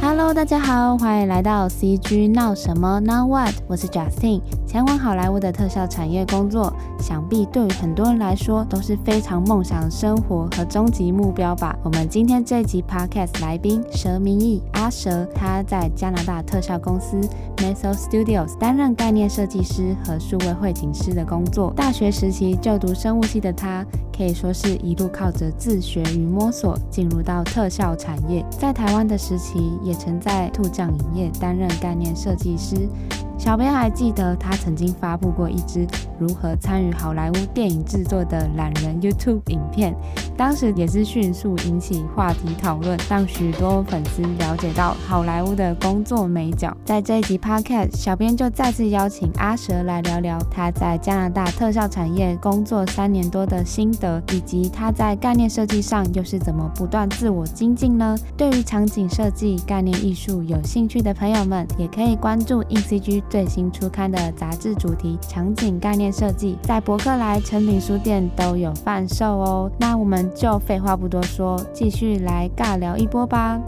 Hello， 大家好，欢迎来到 CG 闹什么 Now What， 我是 Justin。前往好莱坞的特效产业工作，想必对于很多人来说都是非常梦想的生活和终极目标吧。我们今天这一集 Podcast 来宾蛇明义阿蛇，他在加拿大特效公司 Meso Studios 担任概念设计师和数位绘景师的工作。大学时期就读生物系的他，可以说是一路靠着自学与摸索进入到特效产业。在台湾的时期，也曾在兔酱影业担任概念设计师。小编还记得他曾经发布过一支如何参与好莱坞电影制作的懒人 YouTube 影片，当时也是迅速引起话题讨论，让许多粉丝了解到好莱坞的工作美角。在这一集 Podcast， 小编就再次邀请阿蛇来聊聊他在加拿大特效产业工作3年多的心得，以及他在概念设计上又是怎么不断自我精进呢？对于场景设计、概念艺术有兴趣的朋友们，也可以关注 InCG 最新出刊的杂志主题场景概念设计，在博客来、诚品书店都有贩售哦。那我们就废话不多说，继续来尬聊一波吧。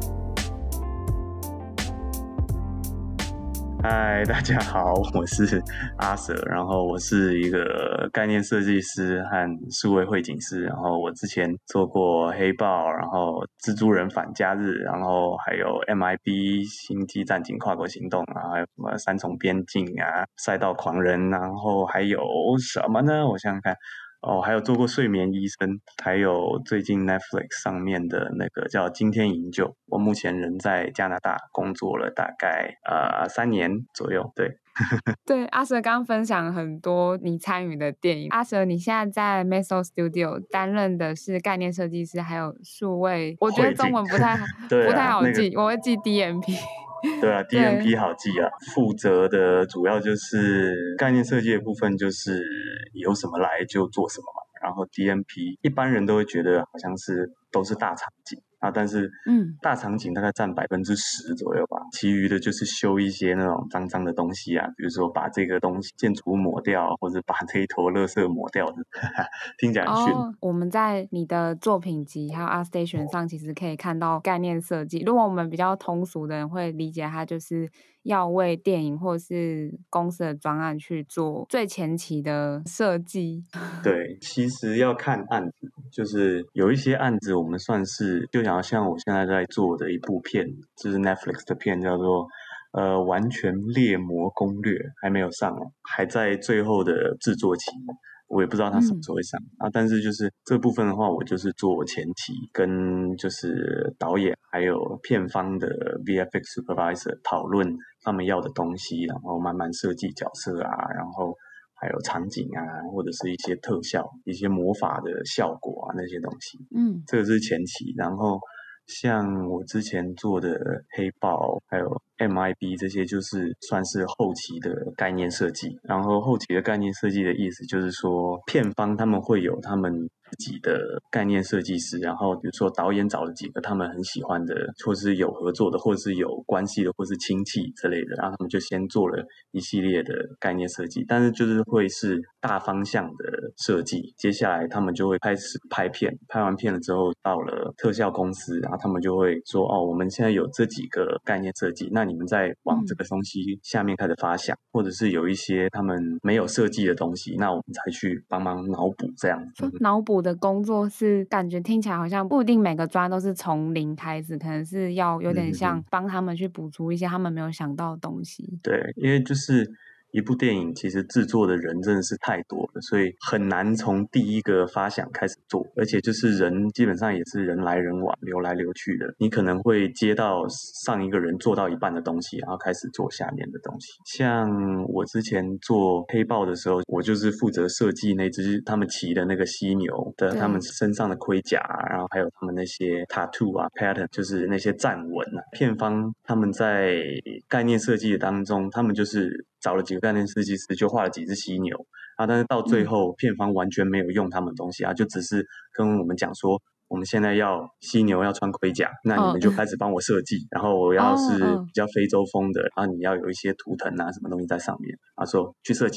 嗨，大家好，我是阿蛇，然后我是一个概念设计师和数位绘景师，然后我之前做过黑豹，然后蜘蛛人反假日，然后还有 MIB 星际战警跨国行动，然后还有什么三重边境啊、赛道狂人，然后还有什么呢？我想想看。还有做过睡眠医生，还有最近 Netflix 上面的那个叫惊天营救。我目前人在加拿大工作了大概3年左右，对。 对，阿蛇刚刚分享很多你参与的电影。阿蛇，你现在在 Meso Studio 担任的是概念设计师，还有数位，我觉得中文不太好记，我会记 DMP。 对啊，DMP 好记啊。负责的主要就是概念设计的部分，就是有什么来就做什么嘛。然后 DMP 一般人都会觉得好像都是大场景啊，但是大场景大概占10%左右吧，其余的就是修一些那种脏脏的东西啊，比如说把这个东西建筑物抹掉，或者把这一坨垃圾抹掉的，听起来很逊。 我们在你的作品集还有 ArtStation 上其实可以看到概念设计，如果我们比较通俗的人会理解它就是要为电影或是公司的专案去做最前期的设计。 对，其实要看案子，就是有一些案子我们算是，就像我现在在做的一部片，就是 Netflix 的片，叫做完全猎魔攻略，还没有上，还在最后的制作期。我也不知道它什么时候会上啊，但是就是这部分的话，我就是做前期跟就是导演还有片方的 VFX supervisor 讨论他们要的东西，然后慢慢设计角色啊，然后还有场景啊，或者是一些特效、一些魔法的效果啊那些东西，这个是前期。然后像我之前做的黑豹，还有 MIB 这些，就是算是后期的概念设计。然后后期的概念设计的意思就是说，片方他们会有他们自己的概念设计师，然后比如说导演找了几个他们很喜欢的，或是有合作的，或是有关系的，或是亲戚之类的，然后他们就先做了一系列的概念设计，但是就是会是大方向的设计。接下来他们就会开始拍片，拍完片了之后，到了特效公司，然后他们就会说，我们现在有这几个概念设计，那你们再往这个东西下面开始发想，或者是有一些他们没有设计的东西，那我们才去帮忙脑补这样子。 脑补的工作是感觉听起来好像不一定每个专都是从零开始，可能是要有点像帮他们去补足一些他们没有想到的东西。 对，因为就是一部电影其实制作的人真的是太多了，所以很难从第一个发想开始做，而且就是人基本上也是人来人往，流来流去的，你可能会接到上一个人做到一半的东西，然后开始做下面的东西。像我之前做黑豹的时候，我就是负责设计那只他们骑的那个犀牛的他们身上的盔甲，然后还有他们那些 tattoo 啊 pattern， 就是那些站纹啊。片方他们在概念设计的当中，他们就是找了几个概念设计师，就画了几只犀牛啊，但是到最后片方完全没有用他们的东西啊，就只是跟我们讲说，我们现在要犀牛要穿盔甲，那你们就开始帮我设计，然后我要是比较非洲风的，然后你要有一些图腾啊什么东西在上面，他说去设计吧。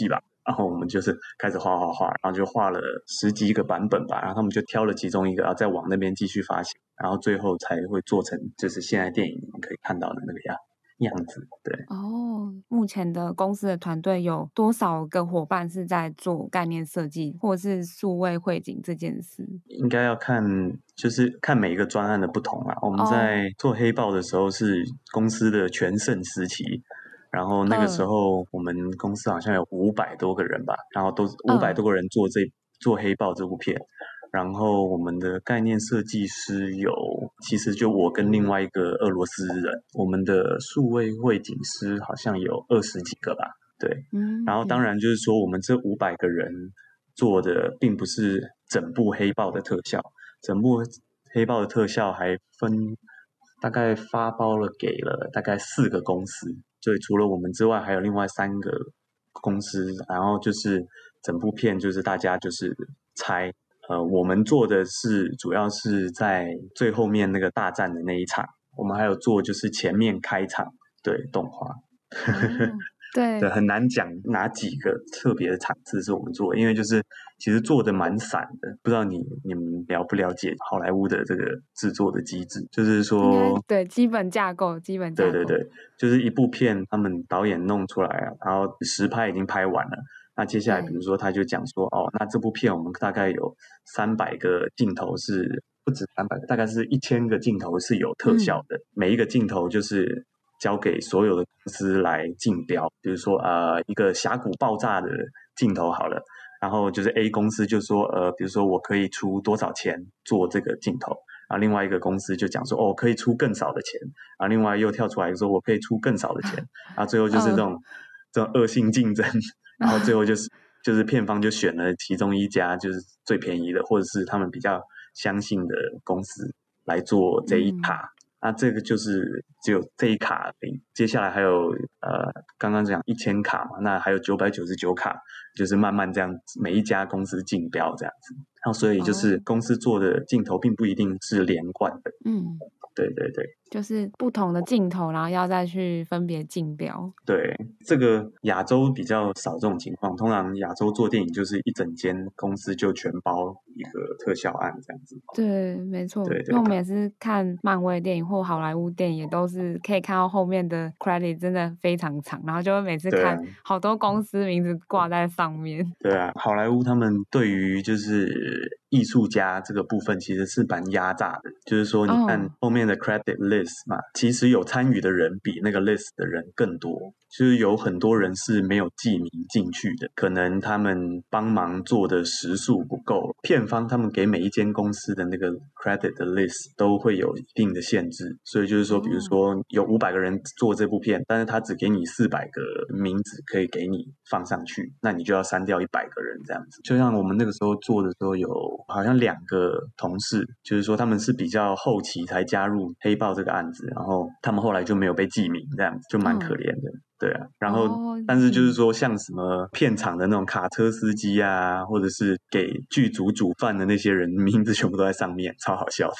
然后我们就是开始画，然后就画了10几个版本吧，然后他们就挑了其中一个，然后再往那边继续发行，然后最后才会做成就是现在电影你们可以看到的那个样子。对。 目前的公司的团队有多少个伙伴是在做概念设计或是数位绘景这件事？ 应该要看，就是看每一个专案的不同啦。我们在做黑豹的时候是公司的全盛时期，然后那个时候我们公司好像有500多个人吧，然后都500多个人做黑豹这部片。然后我们的概念设计师其实就我跟另外一个俄罗斯人，我们的数位绘景师好像有20几个吧，对。然后当然就是说我们这500个人做的并不是整部黑豹的特效，整部黑豹的特效还大概发包给了大概4个公司，所以除了我们之外还有另外3个公司，然后就是整部片就是大家就是猜。我们做的主要是在最后面那个大战的那一场，我们还有做就是前面开场对动画。对，很难讲哪几个特别的场次是我们做的，因为就是其实做的蛮散的，不知道你们了不了解好莱坞的这个制作的机制，就是说对基本架构， 对，就是一部片他们导演弄出来然后实拍已经拍完了，那接下来比如说他就讲说那这部片我们大概有300个镜头是不止300个，大概是1000个镜头是有特效的，每一个镜头就是交给所有的公司来竞标，比如说一个峡谷爆炸的镜头好了，然后就是 A 公司就说比如说我可以出多少钱做这个镜头，然后另外一个公司就讲说可以出更少的钱，然后另外又跳出来说我可以出更少的钱，然后最后就是这种恶性竞争，然后最后就是片方就选了其中一家就是最便宜的或者是他们比较相信的公司来做这一卡。那这个就是只有这一卡而已，接下来还有刚刚讲1000卡嘛，那还有999卡，就是慢慢这样每一家公司竞标这样子，然后所以就是公司做的镜头并不一定是连贯的。对， 就是不同的镜头，然后要再去分别竞标。 对，这个亚洲比较少这种情况，通常亚洲做电影就是一整间公司就全包一个特效案这样子。 对，没错。 对， 因为我们也是看漫威电影或好莱坞电影，也都是可以看到后面的 credit 真的非常长，然后就会每次看好多公司名字挂在上面。 对啊，好莱坞他们对于就是艺术家这个部分其实是蛮压榨的，就是说你看后面的 credit list 嘛，其实有参与的人比那个 list 的人更多，就是有很多人是没有记名进去的，可能他们帮忙做的时数不够，片方他们给每一间公司的那个 credit 的 list 都会有一定的限制，所以就是说比如说有500个人做这部片，但是他只给你400个名字可以给你放上去，那你就要删掉100个人这样子。就像我们那个时候做的时候有好像2个同事，就是说他们是比较后期才加入黑豹这个案子，然后他们后来就没有被记名这样子，就蛮可怜的。对啊，然后但是就是说像什么片场的那种卡车司机啊，或者是给剧组煮饭的那些人名字全部都在上面，超好笑的。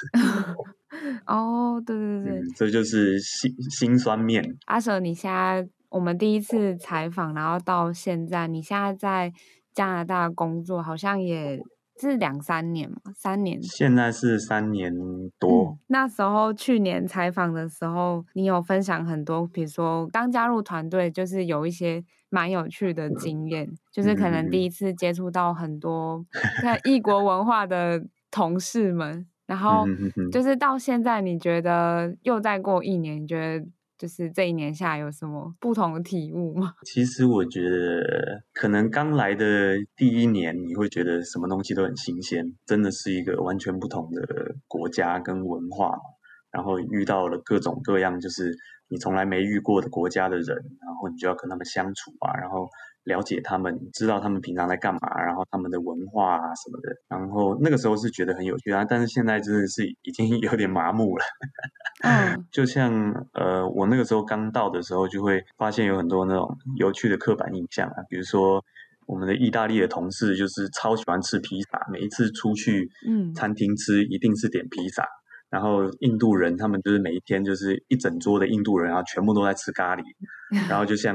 对， 这就是辛酸面。 阿舍，你现在我们第一次采访，然后到现在，你现在在加拿大工作，好像也是2-3年嘛，3年。 现在是3年多。 那时候去年采访的时候，你有分享很多，比如说刚加入团队，就是有一些蛮有趣的经验，就是可能第一次接触到很多看异国文化的同事们，然后就是到现在，你觉得又再过1年，你觉得就是这1年下来有什么不同的体悟吗？ 其实我觉得可能刚来的第1年你会觉得什么东西都很新鲜，真的是一个完全不同的国家跟文化，然后遇到了各种各样就是你从来没遇过的国家的人，然后你就要跟他们相处然后了解他们，知道他们平常在干嘛，然后他们的文化什么的，然后那个时候是觉得很有趣但是现在真的是已经有点麻木了。就像我那个时候刚到的时候，就会发现有很多那种有趣的刻板印象比如说我们的意大利的同事就是超喜欢吃披萨，每一次出去餐厅吃一定是点披萨。然后印度人他们就是每一天就是一整桌的印度人，然后全部都在吃咖喱，然后就像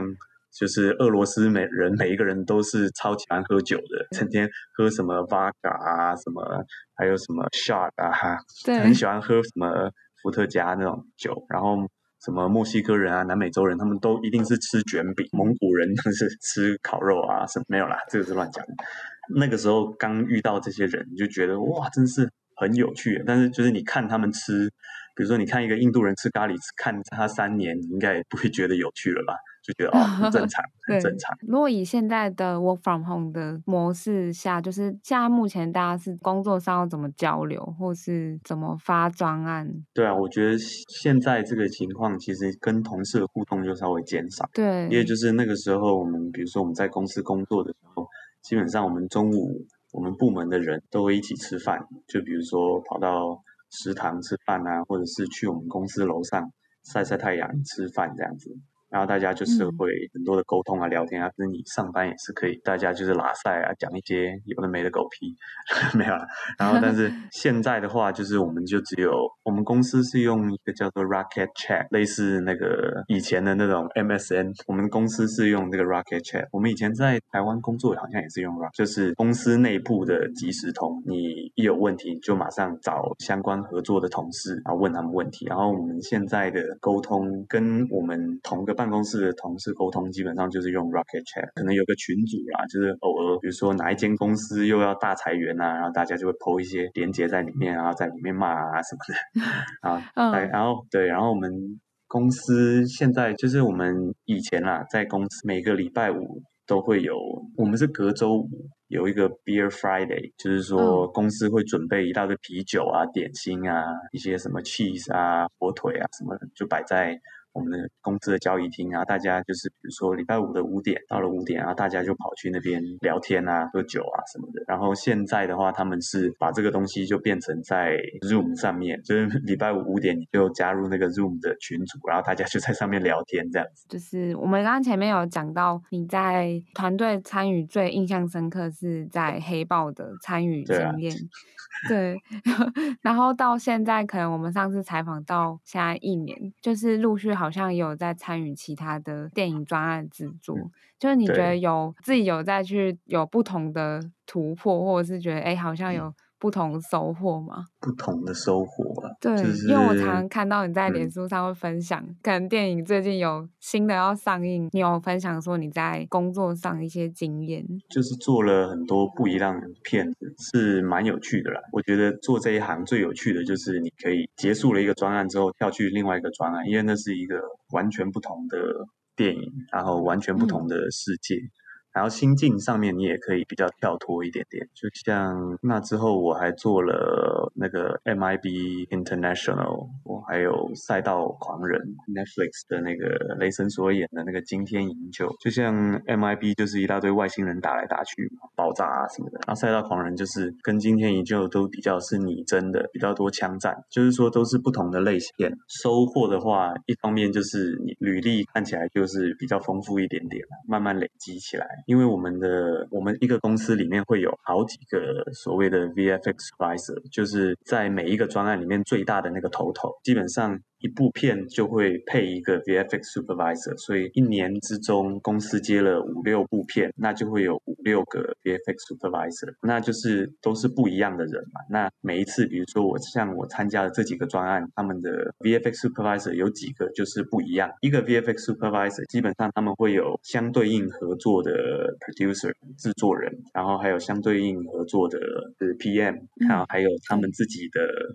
就是俄罗斯每一个人都是超喜欢喝酒的，成天喝什么 vodka 啊，什么还有什么 shot 啊，很喜欢喝什么伏特加那种酒，然后什么墨西哥人啊、南美洲人，他们都一定是吃卷饼，蒙古人是吃烤肉啊，什么没有啦，这个是乱讲的。那个时候刚遇到这些人，你就觉得哇，真是很有趣。但是就是你看他们吃，比如说你看一个印度人吃咖喱，看他3年，你应该也不会觉得有趣了吧？就觉得很正常，很正常。 如果以现在的 work from home 的模式下，就是现在目前大家是工作上要怎么交流，或是怎么发专案？ 对啊，我觉得现在这个情况其实跟同事的互动就稍微减少。 对， 因为就是那个时候我们比如说我们在公司工作的时候，基本上我们中午我们部门的人都会一起吃饭，就比如说跑到食堂吃饭啊，或者是去我们公司楼上晒晒太阳吃饭这样子。然后大家就是会很多的沟通啊、聊天啊，跟你上班也是可以，大家就是拉塞啊，讲一些有的没的狗屁，没有啦。然后但是现在的话，就是我们就只有我们公司是用一个叫做 Rocket Chat， 类似那个以前的那种 MSN， 我们公司是用这个 Rocket Chat。我们以前在台湾工作好像也是用 Rocket， 就是公司内部的即时通，你一有问题就马上找相关合作的同事，然后问他们问题。然后我们现在的沟通跟我们同个办公室的同事沟通，基本上就是用 Rocket Chat， 可能有个群组啦，就是偶尔比如说哪一间公司又要大裁员啊，然后大家就会 po 一些连结在里面，然后在里面骂啊什么的然后我们公司现在就是我们以前啦，在公司每个礼拜五都会有，我们是隔周五有一个 Beer Friday， 就是说公司会准备一大堆啤酒啊、点心啊、一些什么 cheese 啊、火腿啊什么的，就摆在我们的公司的交易厅啊，大家就是比如说礼拜五的5点到了5点，然后大家就跑去那边聊天啊、喝酒啊什么的。然后现在的话，他们是把这个东西就变成在 Zoom 上面，就是礼拜五5点你就加入那个 Zoom 的群组，然后大家就在上面聊天这样子。 就是我们刚刚前面有讲到，你在团队参与最印象深刻是在黑豹的参与经验。对，然后到现在可能我们上次采访到现在1年，就是陆续好像也有在参与其他的电影专案制作，就是你觉得自己有再去有不同的突破，或者是觉得好像有不同收获吗？ 不同的收获啊， 对， 就是因为我常常看到你在脸书上会分享，可能电影最近有新的要上映，你有分享说你在工作上一些经验， 就是做了很多不一样的片子，是蛮有趣的啦。我觉得做这一行最有趣的就是你可以结束了一个专案之后跳去另外一个专案，因为那是一个完全不同的电影，然后完全不同的世界。然后心境上面你也可以比较跳脱一点点，就像那之后我还做了那个 MIB International， 我还有赛道狂人 Netflix 的那个雷神所演的那个惊天营救，就像 MIB 就是一大堆外星人打来打去爆炸啊什么的，然后赛道狂人就是跟惊天营救都比较是拟真的，比较多枪战，就是说都是不同的类型片。收获的话，一方面就是你履历看起来就是比较丰富一点点，慢慢累积起来。因为我们一个公司里面会有好几个所谓的 VFX supervisor， 就是在每一个专案里面最大的那个头，基本上一部片就会配一个 VFX supervisor， 所以1年之中公司接了5-6部片，那就会有5-6个 VFX supervisor， 那就是都是不一样的人嘛。那每一次比如说我参加的这几个专案，他们的 VFX supervisor 有几个就是不一样，一个 VFX supervisor 基本上他们会有相对应合作的producer 制作人，然后还有相对应合作的PM， 然后还有他们自己的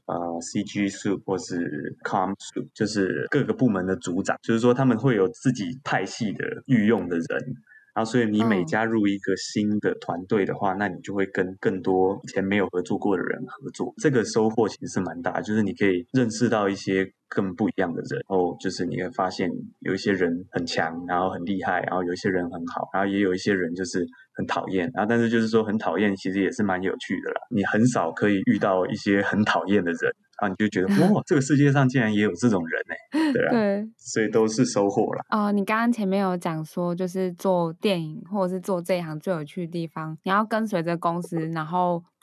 CG sup 或是 com sup， 就是各个部门的组长，就是说他们会有自己派系的御用的人。然后所以你每加入一个新的团队的话，那你就会跟更多以前没有合作过的人合作，这个收获其实是蛮大，就是你可以认识到一些更不一样的人，然后就是你会发现有一些人很强，然后很厉害，然后有一些人很好，然后也有一些人就是很讨厌，然后但是就是说很讨厌其实也是蛮有趣的啦，你很少可以遇到一些很讨厌的人啊，你就觉得哇，这个世界上竟然也有这种人对啊，对，所以都是收获啦。 你刚刚前面有讲说，就是做电影或者是做这一行最有趣的地方，你要跟随着公司，然后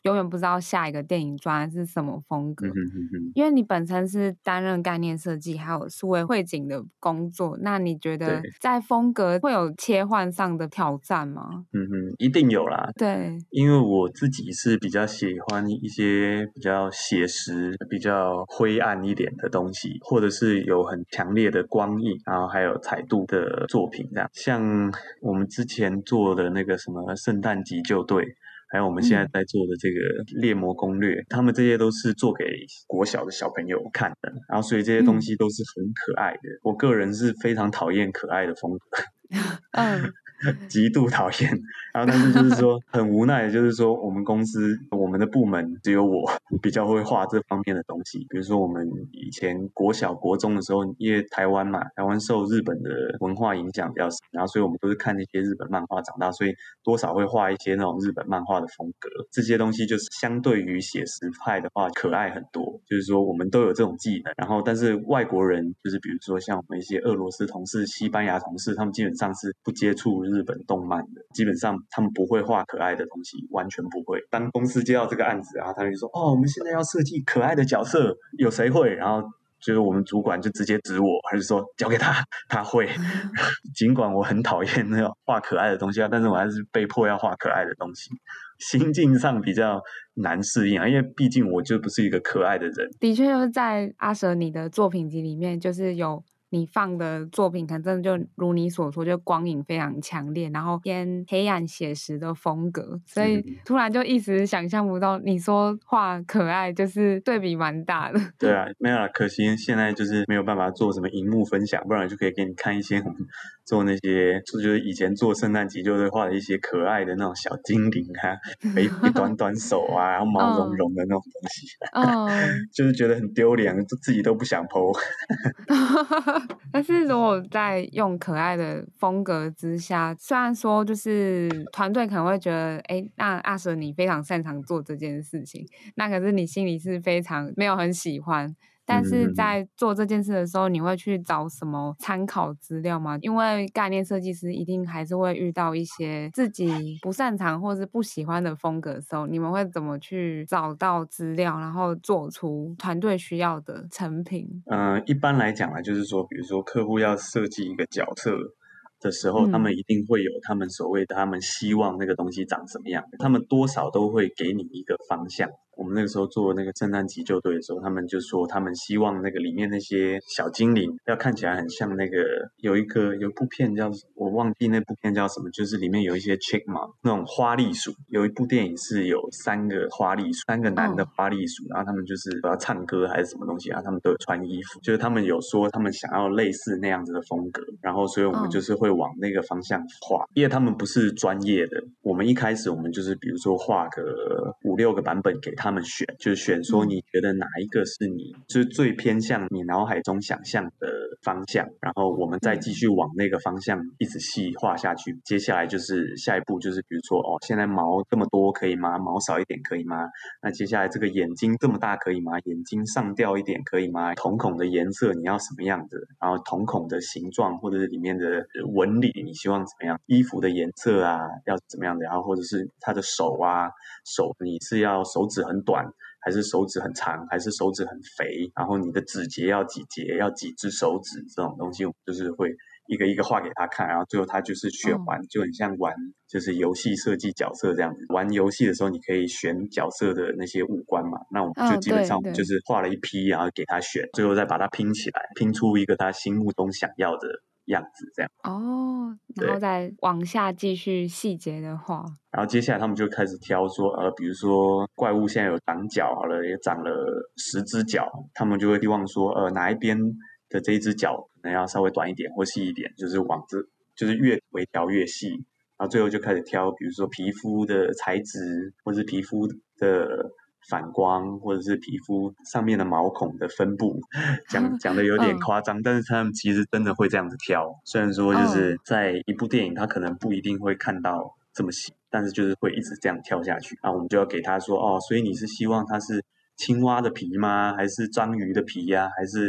永远不知道下一个电影专案是什么风格。因为你本身是担任概念设计还有数位绘景的工作，那你觉得在风格会有切换上的挑战吗？ 一定有啦。 对， 因为我自己是比较喜欢一些比较写实、比较灰暗一点的东西，或者是有很强烈的光影，然后还有彩度的作品这样。像我们之前做的那个什么圣诞急救队，还有我们现在在做的这个猎魔攻略，他们这些都是做给国小的小朋友看的，然后所以这些东西都是很可爱的。我个人是非常讨厌可爱的风格。极度讨厌，然后但是就是说很无奈的，就是说我们公司我们的部门只有我比较会画这方面的东西。比如说我们以前国小国中的时候，因为台湾嘛，台湾受日本的文化影响比较深，然后所以我们都是看那些日本漫画长大，所以多少会画一些那种日本漫画的风格。这些东西就是相对于写实派的话可爱很多，就是说我们都有这种技能。然后但是外国人就是比如说像我们一些俄罗斯同事、西班牙同事，他们基本上是不接触日本动漫的，基本上他们不会画可爱的东西，完全不会。当公司接到这个案子，然后他就说我们现在要设计可爱的角色，有谁会？然后就是我们主管就直接指我，还是说交给他，他会。尽管我很讨厌那种画可爱的东西，但是我还是被迫要画可爱的东西。心境上比较难适应因为毕竟我就不是一个可爱的人。 的确就是在阿蛇你的作品集里面，就是有你放的作品可能真的就如你所说，就光影非常强烈，然后偏黑暗写实的风格，所以突然就一时想象不到你说画可爱就是对比蛮大的。 对啊，没有啦，可惜现在就是没有办法做什么荧幕分享，不然就可以给你看一些我们做那些就是以前做圣诞急救队画的一些可爱的那种小精灵一短短手然后毛茸茸的那种东西。就是觉得很丢脸，自己都不想 po。 但是如果在用可爱的风格之下，虽然说就是团队可能会觉得那阿蛇你非常擅长做这件事情，那可是你心里是非常没有很喜欢，但是在做这件事的时候，你会去找什么参考资料吗？因为概念设计师一定还是会遇到一些自己不擅长或是不喜欢的风格的时候，你们会怎么去找到资料，然后做出团队需要的成品？ 一般来讲就是说，比如说客户要设计一个角色的时候，他们一定会有他们所谓的他们希望那个东西长什么样，他们多少都会给你一个方向。我们那个时候做那个圣诞急救队的时候，他们就说他们希望那个里面那些小精灵要看起来很像那个有一部片叫我忘记那部片叫什么，就是里面有一些 chipmunk 那种花栗鼠，有一部电影是有3个花栗鼠，3个男的花栗鼠，然后他们就是要唱歌还是什么东西他们都有穿衣服，就是他们有说他们想要类似那样子的风格，然后所以我们就是会往那个方向画，因为他们不是专业的，我们一开始我们就是比如说画个5-6个版本给他们选，就是选说你觉得哪一个是你就是最偏向你脑海中想象的方向，然后我们再继续往那个方向一直细画下去。接下来就是下一步就是比如说现在毛这么多可以吗？毛少一点可以吗？那接下来这个眼睛这么大可以吗？眼睛上吊一点可以吗？瞳孔的颜色你要什么样的？然后瞳孔的形状或者是里面的纹理你希望怎么样？衣服的颜色要怎么样的？然后或者是他的手你是要手指很短还是手指很长还是手指很肥，然后你的指节要几节，要几只手指，这种东西我们就是会一个一个画给他看，然后最后他就是选完就很像玩就是游戏设计角色这样子。玩游戏的时候你可以选角色的那些五官嘛，那我们就基本上就是画了一批然后给他选，最后再把它拼起来，拼出一个他心目中想要的样子这样。 然后再往下继续细节的画。 然后接下来他们就开始挑说比如说怪物现在有长脚好了，也长了10只脚，他们就会希望说哪一边的这一只脚可能要稍微短一点或细一点，就是就是越微调越细，然后最后就开始挑比如说皮肤的材质或是皮肤的反光或者是皮肤上面的毛孔的分布，讲的有点夸张，但是他们其实真的会这样子挑。虽然说就是在一部电影他可能不一定会看到这么细，但是就是会一直这样跳下去，然后我们就要给他说所以你是希望它是青蛙的皮吗？还是章鱼的皮还是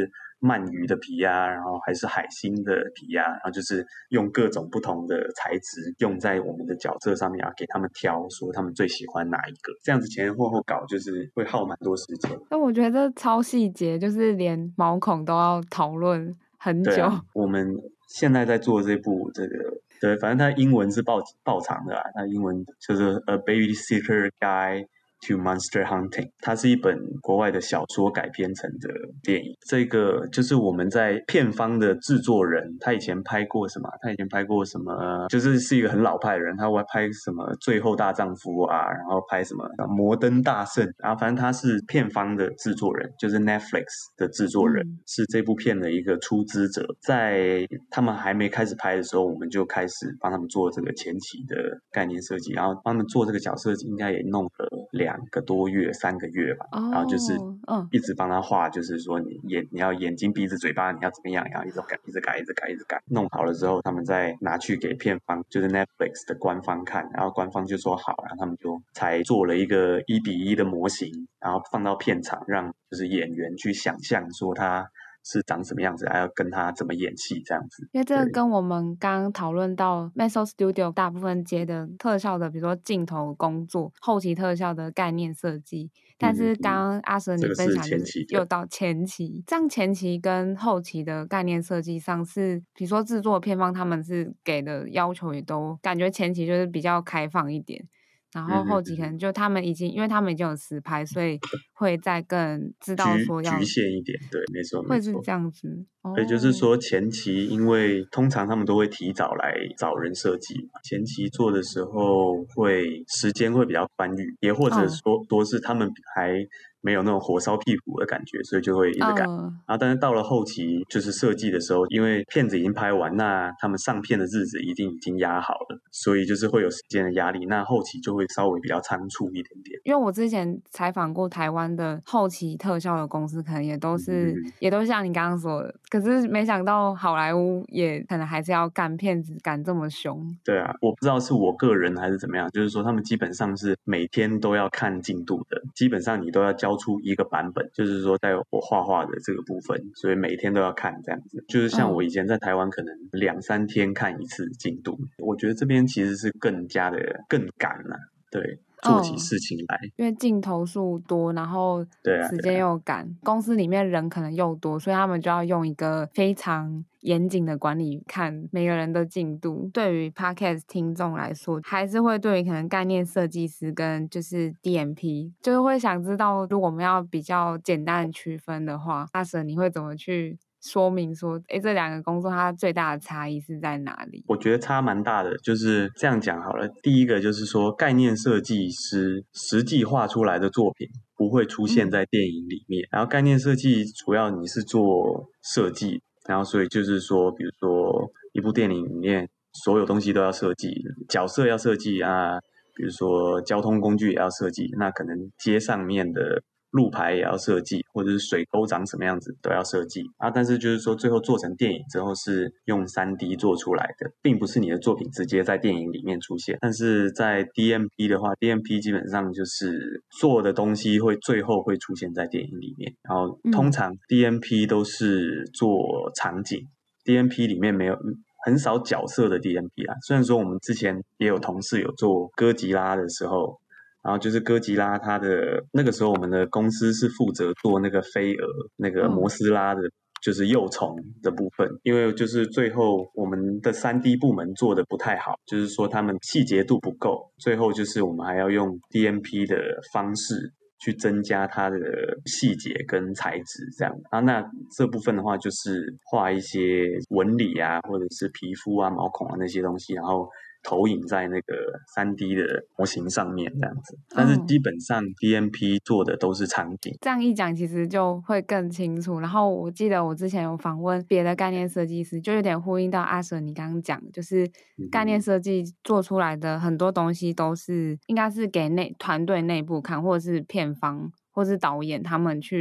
鳗鱼的皮啊，然后还是海星的皮啊，然后就是用各种不同的材质用在我们的角色上面啊，给他们挑说他们最喜欢哪一个，这样子前前后后搞就是会耗蛮多时间。 那我觉得超细节，就是连毛孔都要讨论很久。 对啊，我们现在在做这部这个，对，反正它英文是爆长的啦，它英文就是A Babysitter Guide to Monster Hunting， 它是一本国外的小说改编成的电影。这个就是我们在片方的制作人，他以前拍过什么？就是一个很老派的人，他会拍什么《最后大丈夫》啊，然后拍什么《摩登大圣》，然后反正他是片方的制作人，就是 Netflix 的制作人，是这部片的一个出资者。在他们还没开始拍的时候，我们就开始帮他们做这个前期的概念设计，然后帮他们做这个角色，应该也弄了2个多月、3个月吧。然后就是一直帮他画，就是说你要眼睛、鼻子、嘴巴，你要怎么样，然后一直改，弄好了之后，他们再拿去给片方，就是 Netflix 的官方看，然后官方就说好，然后他们就才做了一个1:1的模型，然后放到片场，让就是演员去想象说他是长什么样子，还要跟他怎么演戏这样子。 因为这个跟我们刚刚讨论到 Meso Studio 大部分接的特效的，比如说镜头工作、后期特效的概念设计，但是刚刚阿蛇你分享就是又到前期，这样前期跟后期的概念设计上是，比如说制作片方他们是给的要求也都感觉前期就是比较开放一点。然后后期可能就他们因为他们已经有实拍，所以会再更知道说要局限一点，对，没错， 会是这样子。 也就是说前期，因为通常他们都会提早来找人设计，前期做的时候时间会比较宽裕，也或者说是他们还没有那种火烧屁股的感觉，所以就会一直改。然后但是到了后期就是设计的时候，因为片子已经拍完，那他们上片的日子已经压好了，所以就是会有时间的压力，那后期就会稍微比较仓促一点点。 因为我之前采访过台湾的后期特效的公司，可能也都像你刚刚说的，可是没想到好莱坞也可能还是要赶片子赶这么凶。 对啊，我不知道是我个人还是怎么样，就是说他们基本上是每天都要看进度的，基本上你都要交出一个版本，就是说在我画的这个部分，所以每天都要看这样子。就是像我以前在台湾可能2-3天看一次进度，我觉得这边其实是更赶了，对。做起事情来， 因为镜头数多，然后时间又赶，公司里面人可能又多，所以他们就要用一个非常严谨的管理看每个人的进度。对于 Podcast 听众来说，还是会对于可能概念设计师跟就是 DMP， 就是会想知道，如果我们要比较简单的区分的话，阿蛇你会怎么去说明说这2个工作它最大的差异是在哪里？ 我觉得差蛮大的，就是这样讲好了。第一个就是说概念设计师实际画出来的作品不会出现在电影里面，然后概念设计主要你是做设计，然后所以就是说比如说一部电影里面所有东西都要设计，角色要设计啊，比如说交通工具也要设计，那可能街上面的路牌也要设计，或者是水沟长什么样子都要设计啊。但是就是说最后做成电影之后是用 3D 做出来的，并不是你的作品直接在电影里面出现。但是在 DMP 的话， DMP 基本上就是做的东西最后会出现在电影里面，然后通常 DMP 都是做场景， DMP 里面很少角色的 DMP 啊。虽然说我们之前也有同事有做哥吉拉的时候，然后就是哥吉拉它的那个时候我们的公司是负责做那个飞蛾那个摩斯拉的就是幼虫的部分，因为就是最后我们的 3D 部门做的不太好，就是说他们细节度不够，最后就是我们还要用 DMP 的方式去增加它的细节跟材质这样啊。那这部分的话就是画一些纹理啊，或者是皮肤啊、毛孔啊那些东西，然后投影在那个 3D 的模型上面这样子。但是基本上 DMP 做的都是场景。 这样一讲其实就会更清楚。然后我记得我之前有访问别的概念设计师，就有点呼应到阿蛇你刚刚讲，就是概念设计做出来的很多东西都是应该是给团队内部看，或者是片方或是导演他们去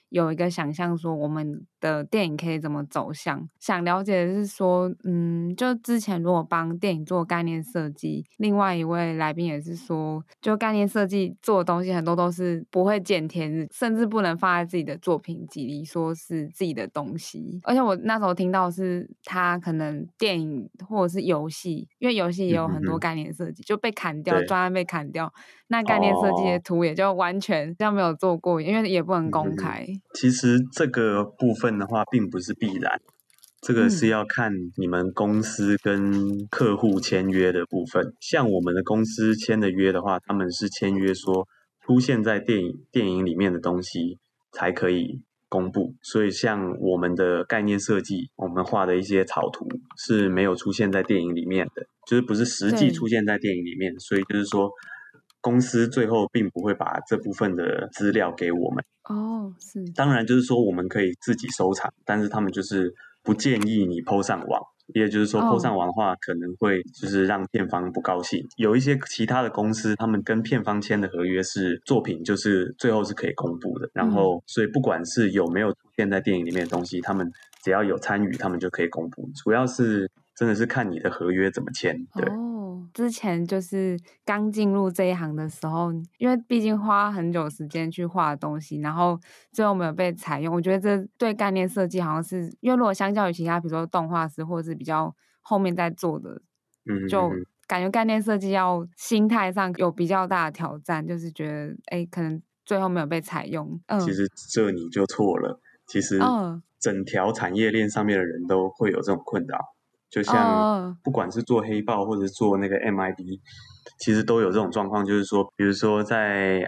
有一个想象说我们的电影可以怎么走向。想了解的是说就之前如果帮电影做概念设计，另外一位来宾也是说，就概念设计做的东西很多都是不会见天日，甚至不能放在自己的作品集里说是自己的东西。而且我那时候听到是他可能电影或者是游戏，因为游戏也有很多概念设计就被砍掉，专案被砍掉，那概念设计的图也就完全这样没有做过，因为也不能公开。 其实这个部分的话并不是必然，这个是要看你们公司跟客户签约的部分。像我们的公司签的约的话，他们是签约说出现在电影里面的东西才可以公布，所以像我们的概念设计，我们画的一些草图是没有出现在电影里面的，就是不是实际出现在电影里面，所以就是说公司最后并不会把这部分的资料给我们。 是。 当然就是说我们可以自己收藏，但是他们就是不建议你 po 上网，也就是说 po 上网的话可能会就是让片方不高兴。有一些其他的公司他们跟片方签的合约是作品就是最后是可以公布的，然后所以不管是有没有出现在电影里面的东西，他们只要有参与他们就可以公布，主要是真的是看你的合约怎么签。对之前就是刚进入这一行的时候，因为毕竟花很久时间去画东西，然后最后没有被采用，我觉得这对概念设计好像是因为如果相较于其他比如说动画师或者是比较后面在做的，就感觉概念设计要心态上有比较大的挑战，就是觉得可能最后没有被采用。 其实这你就错了，其实整条产业链上面的人都会有这种困扰，就像不管是做黑豹或者做那个 MIB， 其实都有这种状况，就是说比如说在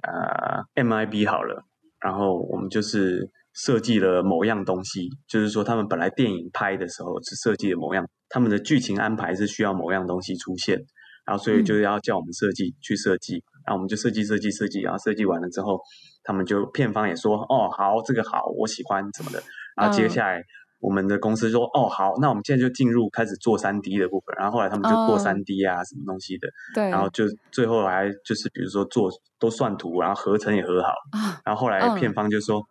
MIB 好了，然后我们就是设计了某样东西，就是说他们本来电影拍的时候是设计了某样，他们的剧情安排是需要某样东西出现，然后所以就要叫我们去设计，然后我们就设计，然后设计完了之后，他们就片方也说好，这个好，我喜欢什么的，然后接下来我们的公司说好，那我们现在就进入开始做 3D 的部分，然后后来他们就做 3D 啊什么东西的，然后就最后还就是比如说做都算图，然后合成也合好，然后后来片方就说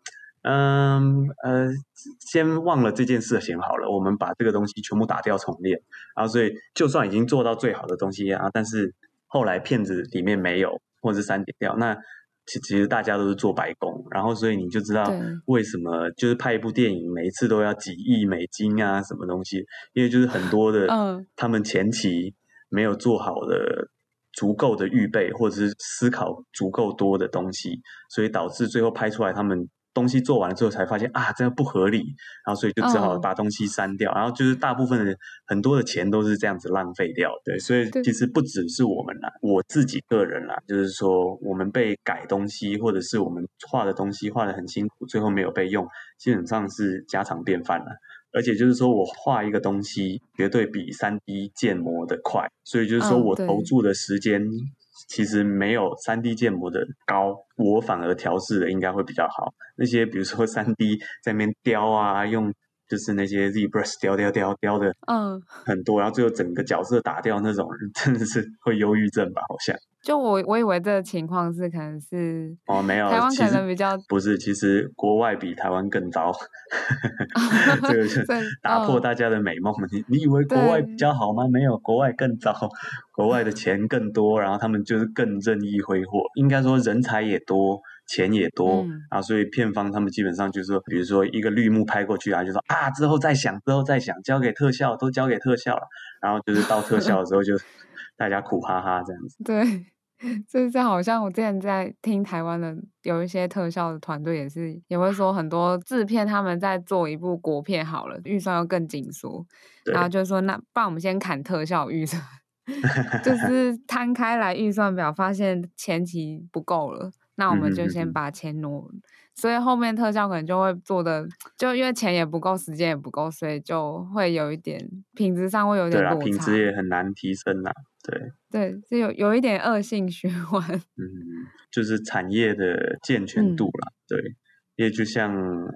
先忘了这件事情好了，我们把这个东西全部打掉重练，然后所以就算已经做到最好的东西啊，但是后来片子里面没有或者是删减掉，那其实大家都是做白工，然后所以你就知道为什么就是拍一部电影每一次都要几亿美金啊什么东西，因为就是很多的他们前期没有做好的足够的预备，或者是思考足够多的东西，所以导致最后拍出来他们东西做完了之后才发现这样不合理，然后所以就只好把东西删掉，然后就是大部分的很多的钱都是这样子浪费掉。对，所以其实不只是我们啦，我自己个人啦，就是说我们被改东西，或者是我们画的东西画得很辛苦，最后没有被用，基本上是家常便饭啦。而且就是说我画一个东西绝对比 3D 建模的快，所以就是说我投注的时间其实没有 3D 建模的高，我反而调试的应该会比较好。那些比如说 3D 在那边雕啊，用就是那些 ZBrush 雕的很多，然后最后整个角色打掉那种人，真的是会忧郁症吧？好像。 就我以为这个情况是可能是没有， 台湾可能比较不是，其实国外比台湾更糟，这个是打破大家的美梦。你以为国外比较好吗？没有，国外更糟，国外的钱更多，然后他们就是更任意挥霍，应该说人才也多，钱也多，然后所以片方他们基本上就是说，比如说一个绿幕拍过去就说之后再想，交给特效，都交给特效了，然后就是到特效的时候就大家苦哈哈这样子。 对。这好像我之前在听台湾的有一些特效的团队也会说很多制片他们在做一部国片好了，预算又更紧缩，然后就说那不然我们先砍特效预算就是摊开来预算表发现前期不够了，那我们就先把钱挪所以后面特效可能就会做的就因为钱也不够时间也不够，所以就会有一点品质上会有点落差， 品质也很难提升啦。 对，是有一点恶性循环。 就是产业的健全度啦。对，因为就像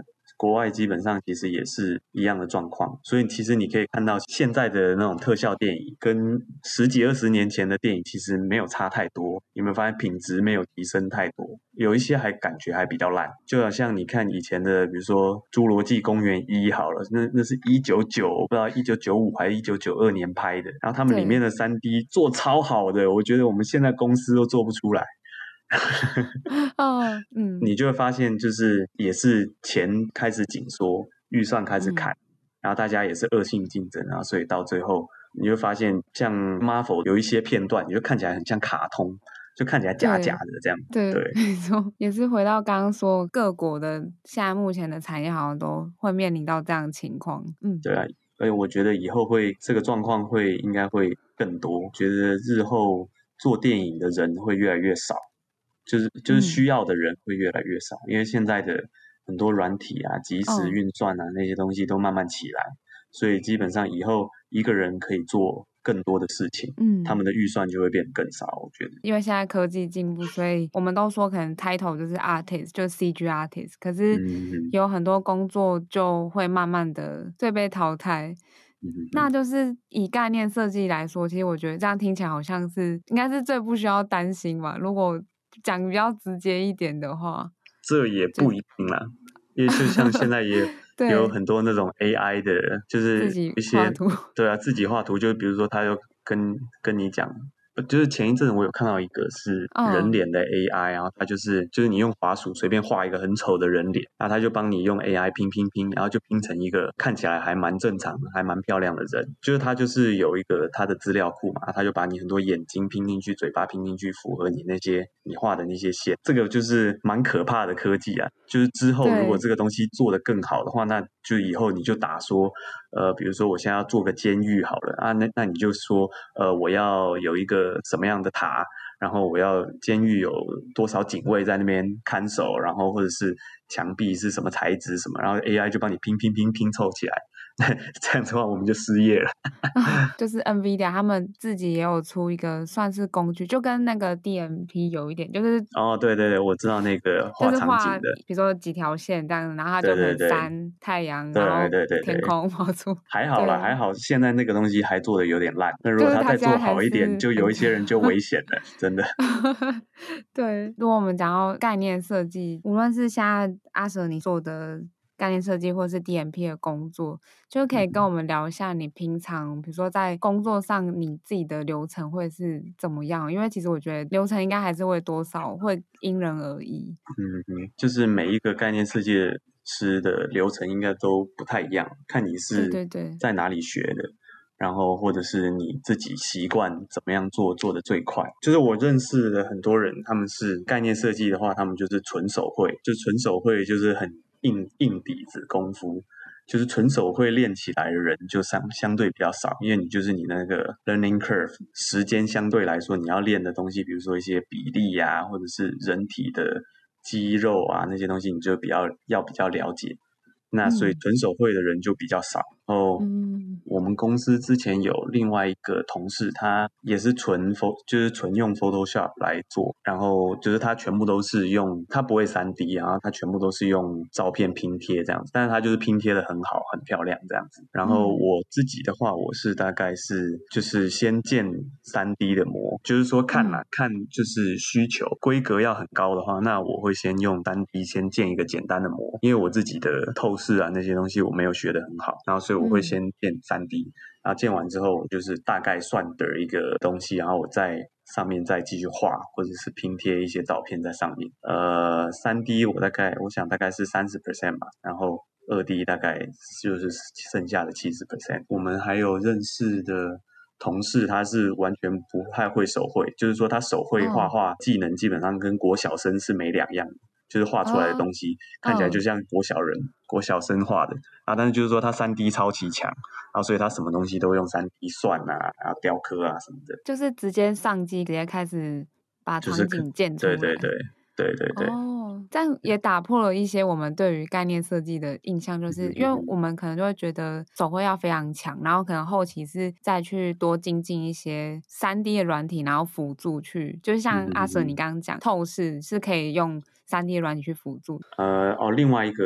国外基本上其实也是一样的状况，所以其实你可以看到现在的那种特效电影跟10几20年前的电影其实没有差太多，你有没有发现品质没有提升太多？有一些还感觉还比较烂，就好像你看以前的，比如说《侏罗纪公园1》好了，那是我不知道1995还是1992年拍的，然后他们里面的 3D 做超好的，我觉得我们现在公司都做不出来。你就会发现就是也是钱开始紧缩，预算开始砍，然后大家也是恶性竞争啊，所以到最后你会发现像 Marvel 有一些片段你就看起来很像卡通，就看起来假假的这样。 对，没错，也是回到刚刚说各国的现在目前的产业好像都会面临到这样的情况。 对啊，而且我觉得以后这个状况应该会更多，觉得日后做电影的人会越来越少，就是需要的人会越来越少，因为现在的很多软体啊、即时运算啊那些东西都慢慢起来，所以基本上以后一个人可以做更多的事情，他们的预算就会变得更少，我觉得。 因为现在科技进步，所以我们都说可能 title 就是 artist， 就是 CG artist， 可是有很多工作就会慢慢的被淘汰。那就是以概念设计来说，其实我觉得这样听起来好像是应该是最不需要担心吧，如果讲比较直接一点的话。 这也不一定啦，因为就像现在也有很多那种 AI 的，就是一些对啊，自己画图，就比如说他又跟你讲，就是前一阵我有看到一个是人脸的 AI，然后他就是你用滑鼠随便画一个很丑的人脸，然后他就帮你用 AI 拼，然后就拼成一个看起来还蛮正常还蛮漂亮的人，就是他就是有一个他的资料库嘛，他就把你很多眼睛拼进去，嘴巴拼进去，符合你画的那些线，这个就是蛮可怕的科技啊，就是之后如果这个东西做得更好的话，那就以后你就打说比如说我现在要做个监狱好了啊，那你就说我要有一个什么样的塔，然后我要监狱有多少警卫在那边看守，然后或者是墙壁是什么材质什么，然后 AI 就帮你拼凑起来，这样子的话我们就失业了。 就是 NVIDIA 他们自己也有出一个算是工具，就跟那个 DMP 有一点，就是对，我知道那个画场景的， 比如说几条线这样，然后它就可能山、太阳，然后天空跑出。 还好啦，还好现在那个东西还做的有点烂，那如果他再做好一点，就有一些人就危险了，真的。 对，如果我们讲到概念设计，无论是现在阿舍你做的概念设计或是 DMP 的工作，就可以跟我们聊一下你平常比如说在工作上你自己的流程会是怎么样，因为其实我觉得流程应该还是会多少会因人而异。 就是每一个概念设计师的流程应该都不太一样，看你是在哪里学的，然后或者是你自己习惯怎么样做的最快。就是我认识的很多人，他们是概念设计的话，他们就是纯手绘，就是很硬底子功夫，就是纯手绘练起来的人就相对比较少，因为你那个 learning curve 时间相对来说你要练的东西，比如说一些比例啊，或者是人体的肌肉啊那些东西，你就比较了解。那所以纯手绘的人就比较少。然后我们公司之前有另外一个同事，他也是纯用 Photoshop 来做，然后就是他全部都是他不会 3D， 然后他全部都是用照片拼贴这样子，但是他就是拼贴的很好很漂亮这样子。然后我自己的话，我是大概是就是先建 3D 的模，就是说看就是需求规格要很高的话，那我会先用3D 先建一个简单的模，因为我自己的透视啊那些东西我没有学得很好，然后所以我会先建 3D， 然后建完之后就是大概算的一个东西，然后我在上面再继续画或者是拼贴一些照片在上面。3D 我想大概是30% 吧，然后2D 大概就是剩下的70%。我们还有认识的同事，他是完全不太会手绘，就是说他手绘画画技能基本上跟国小生是没两样的，就是画出来的东西看起来就像国小生画的啊，但是就是说他 3D 超级强，然后所以他什么东西都用 3D 算啊，然后雕刻啊什么的， 就是直接上机直接开始把场景建出来。 对。 这样也打破了一些我们对于概念设计的印象，就是因为我们可能就会觉得手绘要非常强，然后可能后期是再去多精进一些 3D 的软体，然后辅助去，就像阿舍你刚刚讲透视是可以用 3D 软体去辅助。 另外一个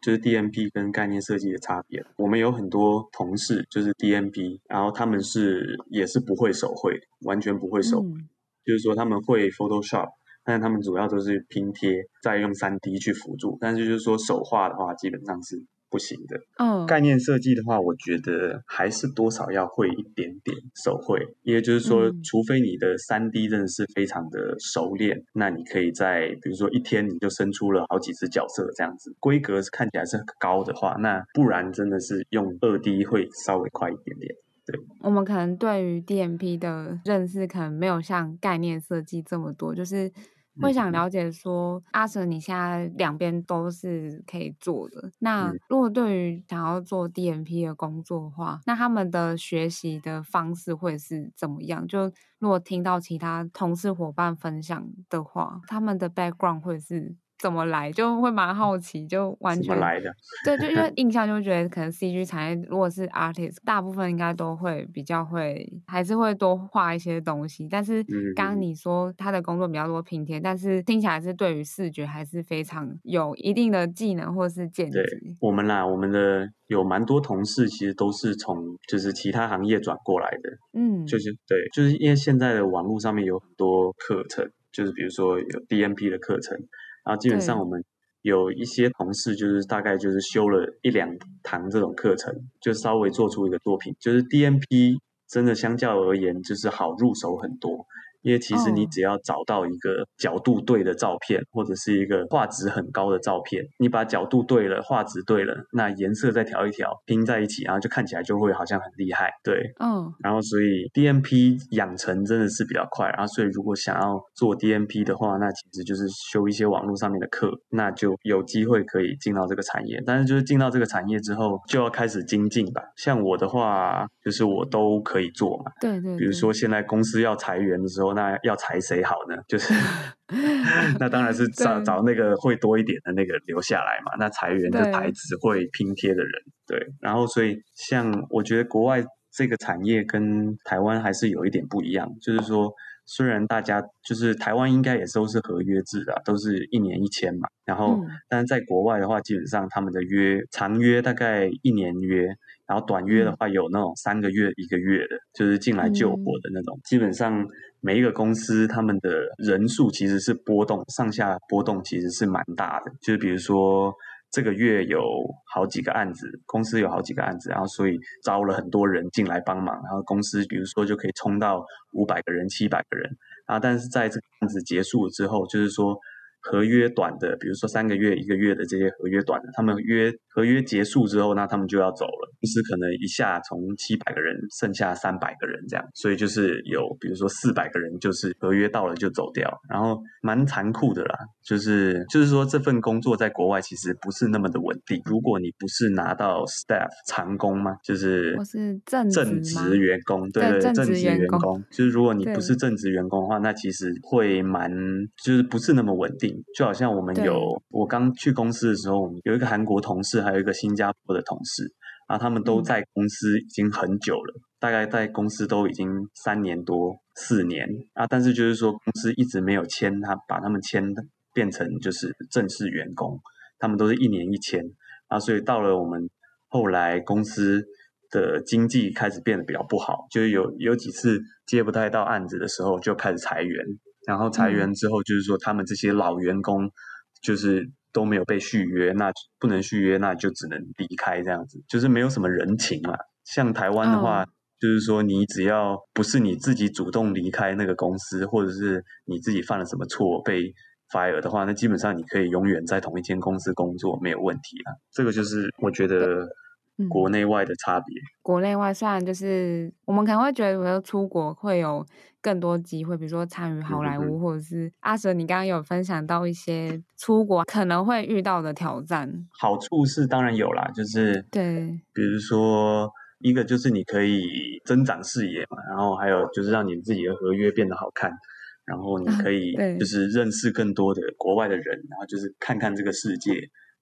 就是 DMP 跟概念设计的差别。我们有很多同事就是 DMP， 然后他们也是不会手绘，完全不会手绘，就是说他们会 Photoshop， 但是他们主要都是拼贴，再用 3D 去辅助，但是就是说手画的话基本上是不行的。概念设计的话，我觉得还是多少要会一点点手绘，因为就是说，除非你的 3D 真的是非常的熟练，那你可以在比如说一天你就生出了好几只角色这样子，规格看起来是很高的话，那不然真的是用2D 会稍微快一点点。对， 我们可能对于 DMP 的认识可能没有像概念设计这么多，就是会想了解说，阿蛇你现在两边都是可以做的。那如果对于想要做 DMP 的工作的话，那他们的学习的方式会是怎么样？就如果听到其他同事伙伴分享的话，他们的 background 会是怎么来，就会蛮好奇，就完全怎么来的？ 对，就因为印象就觉得可能 CG 产业如果是 artist， 大部分应该都会比较会，还是会多画一些东西。但是刚刚你说他的工作比较多拼贴，但是听起来是对于视觉还是非常有一定的技能或是见解。 对，我们的有蛮多同事其实都是从就是其他行业转过来的，就是对，就是因为现在的网络上面有很多课程，就是比如说有 DMP 的课程，然后基本上我们有一些同事就是大概就是修了1-2堂这种课程，就稍微做出一个作品，就是 DMP 真的相较而言就是好入手很多。因为其实你只要找到一个角度对的照片，或者是一个画质很高的照片，你把角度对了，画质对了，那颜色再调一调，拼在一起，然后就看起来就会好像很厉害。对，然后所以 DMP 养成真的是比较快，然后所以如果想要做 DMP 的话，那其实就是修一些网络上面的课，那就有机会可以进到这个产业。但是就是进到这个产业之后，就要开始精进吧。像我的话，就是我都可以做嘛。 对， 比如说现在公司要裁员的时候，那要裁谁好呢？就是那当然是找那个会多一点的那个留下来嘛。那裁员就裁只会拼贴的人。对，然后所以像我觉得国外这个产业跟台湾还是有一点不一样，就是说虽然大家就是台湾应该也都是合约制的，都是1年1签嘛。然后但是在国外的话，基本上他们的长约大概1年约，然后短约的话有那种3个月1个月的，就是进来救火的那种。基本上每一个公司他们的人数其实是上下波动其实是蛮大的，就是比如说这个月有好几个案子，公司有好几个案子，然后所以招了很多人进来帮忙，然后公司比如说就可以冲到500个人700个人，然后但是在这个案子结束之后，就是说合约短的，比如说3个月1个月的这些合约短的，他们合约结束之后，那他们就要走了，公司可能一下从700个人剩下300个人这样，所以就是有比如说400个人就是合约到了就走掉，然後蛮残酷的啦，就是说这份工作在国外其实不是那么的稳定，如果你不是拿到 staff 长工嘛，就是我是正职员工，对，正职员工，就是如果你不是正职员工的话，那其实会就是不是那么稳定。就好像我刚去公司的时候，有一个韩国同事，还有一个新加坡的同事，然后他们都在公司已经很久了，大概在公司都已经3年多4年啊，但是就是说公司一直没有把他们变成就是正式员工，他们都是1年1签啊，所以到了我们后来公司的经济开始变得比较不好，就是有几次接不太到案子的时候就开始裁员，然后裁员之后就是说他们这些老员工就是都没有被续约，那不能续约那就只能离开这样子，就是没有什么人情嘛。像台湾的话，就是说你只要不是你自己主动离开那个公司，或者是你自己犯了什么错被 fire 的话，那基本上你可以永远在同一间公司工作没有问题啦。这个就是我觉得国内外的差别。 国内外虽然就是我们可能会觉得，比如说出国会有更多机会，比如说参与好莱坞，或者是阿蛇，你刚刚有分享到一些出国可能会遇到的挑战。 好处是当然有啦，就是对， 比如说一个就是你可以增长视野嘛，然后还有就是让你自己的合约变得好看，然后你可以就是认识更多的国外的人，然后就是看看这个世界。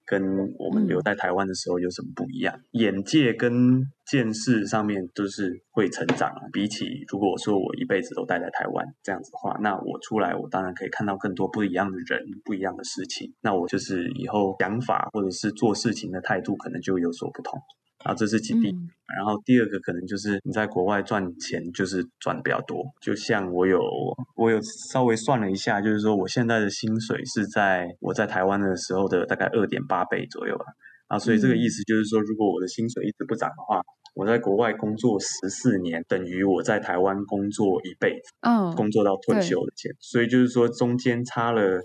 跟我们留在台湾的时候有什么不一样？眼界跟见识上面都是会成长啊。比起如果说我一辈子都待在台湾这样子的话，那我出来我当然可以看到更多不一样的人、不一样的事情。那我就是以后想法或者是做事情的态度可能就有所不同。然后这是第一，然后第二个可能就是你在国外赚钱就是赚比较多，就像我有稍微算了一下，就是说我现在的薪水是在我在台湾的时候的大概2.8倍左右吧。啊，所以这个意思就是说，如果我的薪水一直不涨的话，我在国外工作14年，等于我在台湾工作一辈子，工作到退休的钱。所以就是说中间差了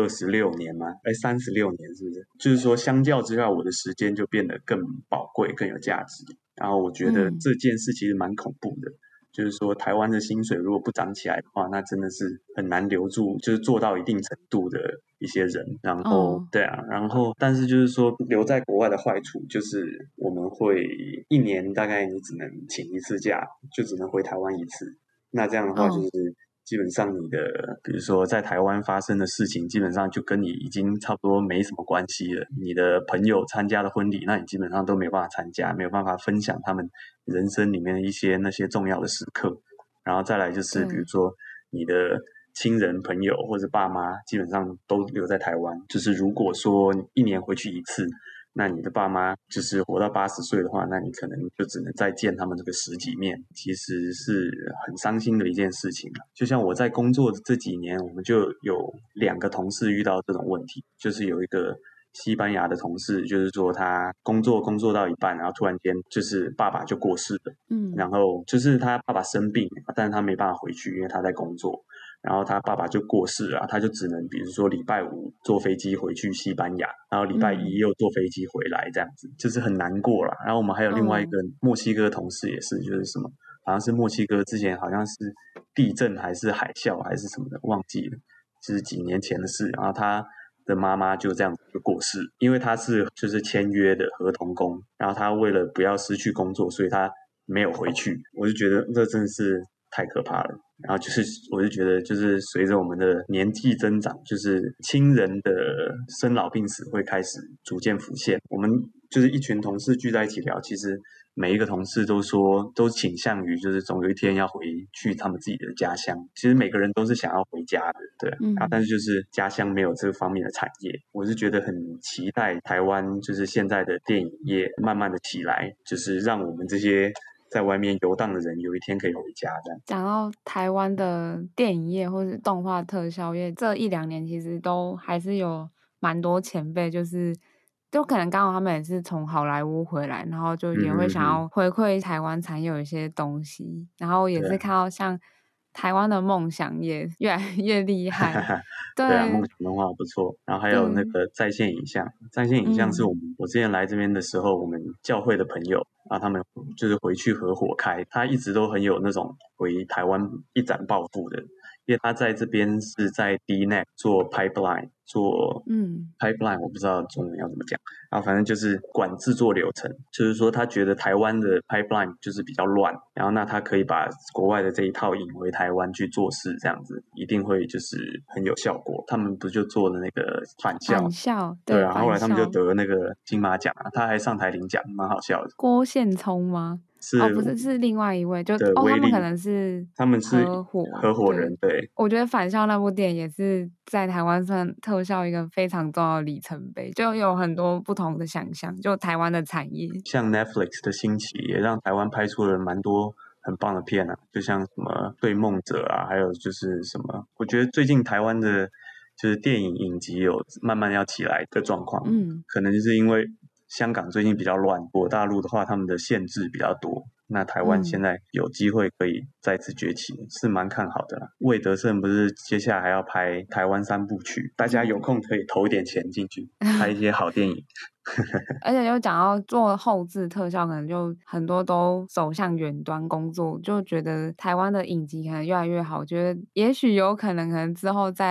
26年嘛，36年是不是？就是说相较之下，我的时间就变得更宝贵、更有价值。然后我觉得这件事其实蛮恐怖的。就是说，台湾的薪水如果不涨起来的话，那真的是很难留住，就是做到一定程度的一些人。然后，对啊，然后，但是就是说，留在国外的坏处就是我们会1年大概你只能请1次假，就只能回台湾1次。那这样的话就是基本上你的，比如说在台湾发生的事情，基本上就跟你已经差不多没什么关系了。你的朋友参加的婚礼，那你基本上都没有办法参加，没有办法分享他们人生里面的一些那些重要的时刻。然后再来就是比如说你的亲人朋友或者爸妈基本上都留在台湾，就是如果说1年回去1次，那你的爸妈就是活到80岁的话，那你可能就只能再见他们这个10几面，其实是很伤心的一件事情。就像我在工作的这几年，我们就有2个同事遇到这种问题，就是有一个西班牙的同事，就是说他工作到一半，然后突然间就是爸爸就过世了，然后就是他爸爸生病，但是他没办法回去，因为他在工作。然后他爸爸就过世了，他就只能比如说礼拜5坐飞机回去西班牙，然后礼拜1又坐飞机回来，这样子就是很难过啦。然后我们还有另外一个墨西哥同事也是，就是什么好像是墨西哥之前好像是地震还是海啸还是什么的忘记了，就是几年前的事。然后他的妈妈就这样子就过世，因为他是就是签约的合同工，然后他为了不要失去工作，所以他没有回去。我就觉得这真的是太可怕了。然后就是我就觉得就是随着我们的年纪增长，就是亲人的生老病死会开始逐渐浮现。我们就是一群同事聚在一起聊，其实每一个同事都说都倾向于就是总有一天要回去他们自己的家乡。其实每个人都是想要回家的，对，但是就是家乡没有这方面的产业。我是觉得很期待台湾就是现在的电影业慢慢的起来，就是让我们这些在外面游荡的人有一天可以回家。这样讲到台湾的电影业或是动画特效业，这1-2年其实都还是有蛮多前辈，就可能刚好他们也是从好莱坞回来，然后就也会想要回馈台湾产业有一些东西，然后也是看到像台湾的梦想也越来越厉害。 对啊，梦想动画不错。然后还有那个在线影像，在线影像是我之前来这边的时候，我们教会的朋友啊，他们就是回去合伙开，他一直都很有那种回台湾一展抱负的，因为他在这边是在 DNET 做 pipeline 做pipeline， 我不知道中文要怎么讲，然后反正就是管制作流程，就是说他觉得台湾的 pipeline 就是比较乱，然后那他可以把国外的这一套引回台湾去做事，这样子一定会就是很有效果。他们不就做了那个返校，对啊，后来他们就得那个金马奖啊，他还上台领奖，蛮好笑的。 郭宪聪吗？不是，是另外一位，就他们可能是合伙人，对。 我觉得《返校》那部电影也是在台湾算特效一个非常重要的里程碑，就有很多不同的想象，就台湾的产业。 像 Netflix 的兴起，也让台湾拍出了蛮多很棒的片啊，就像什么《对梦者》啊，还有就是什么，我觉得最近台湾的就是电影影集有慢慢要起来的状况，可能就是因为香港最近比较乱，大陆的话他们的限制比较多，那台湾现在有机会可以再次崛起，是蛮看好的啦。魏德胜不是接下来还要拍台湾3部曲，大家有空可以投一点钱进去拍一些好电影。 而且又讲到做后制特效，可能就很多都走向远端工作，就觉得台湾的影集可能越来越好，觉得也许有可能之后在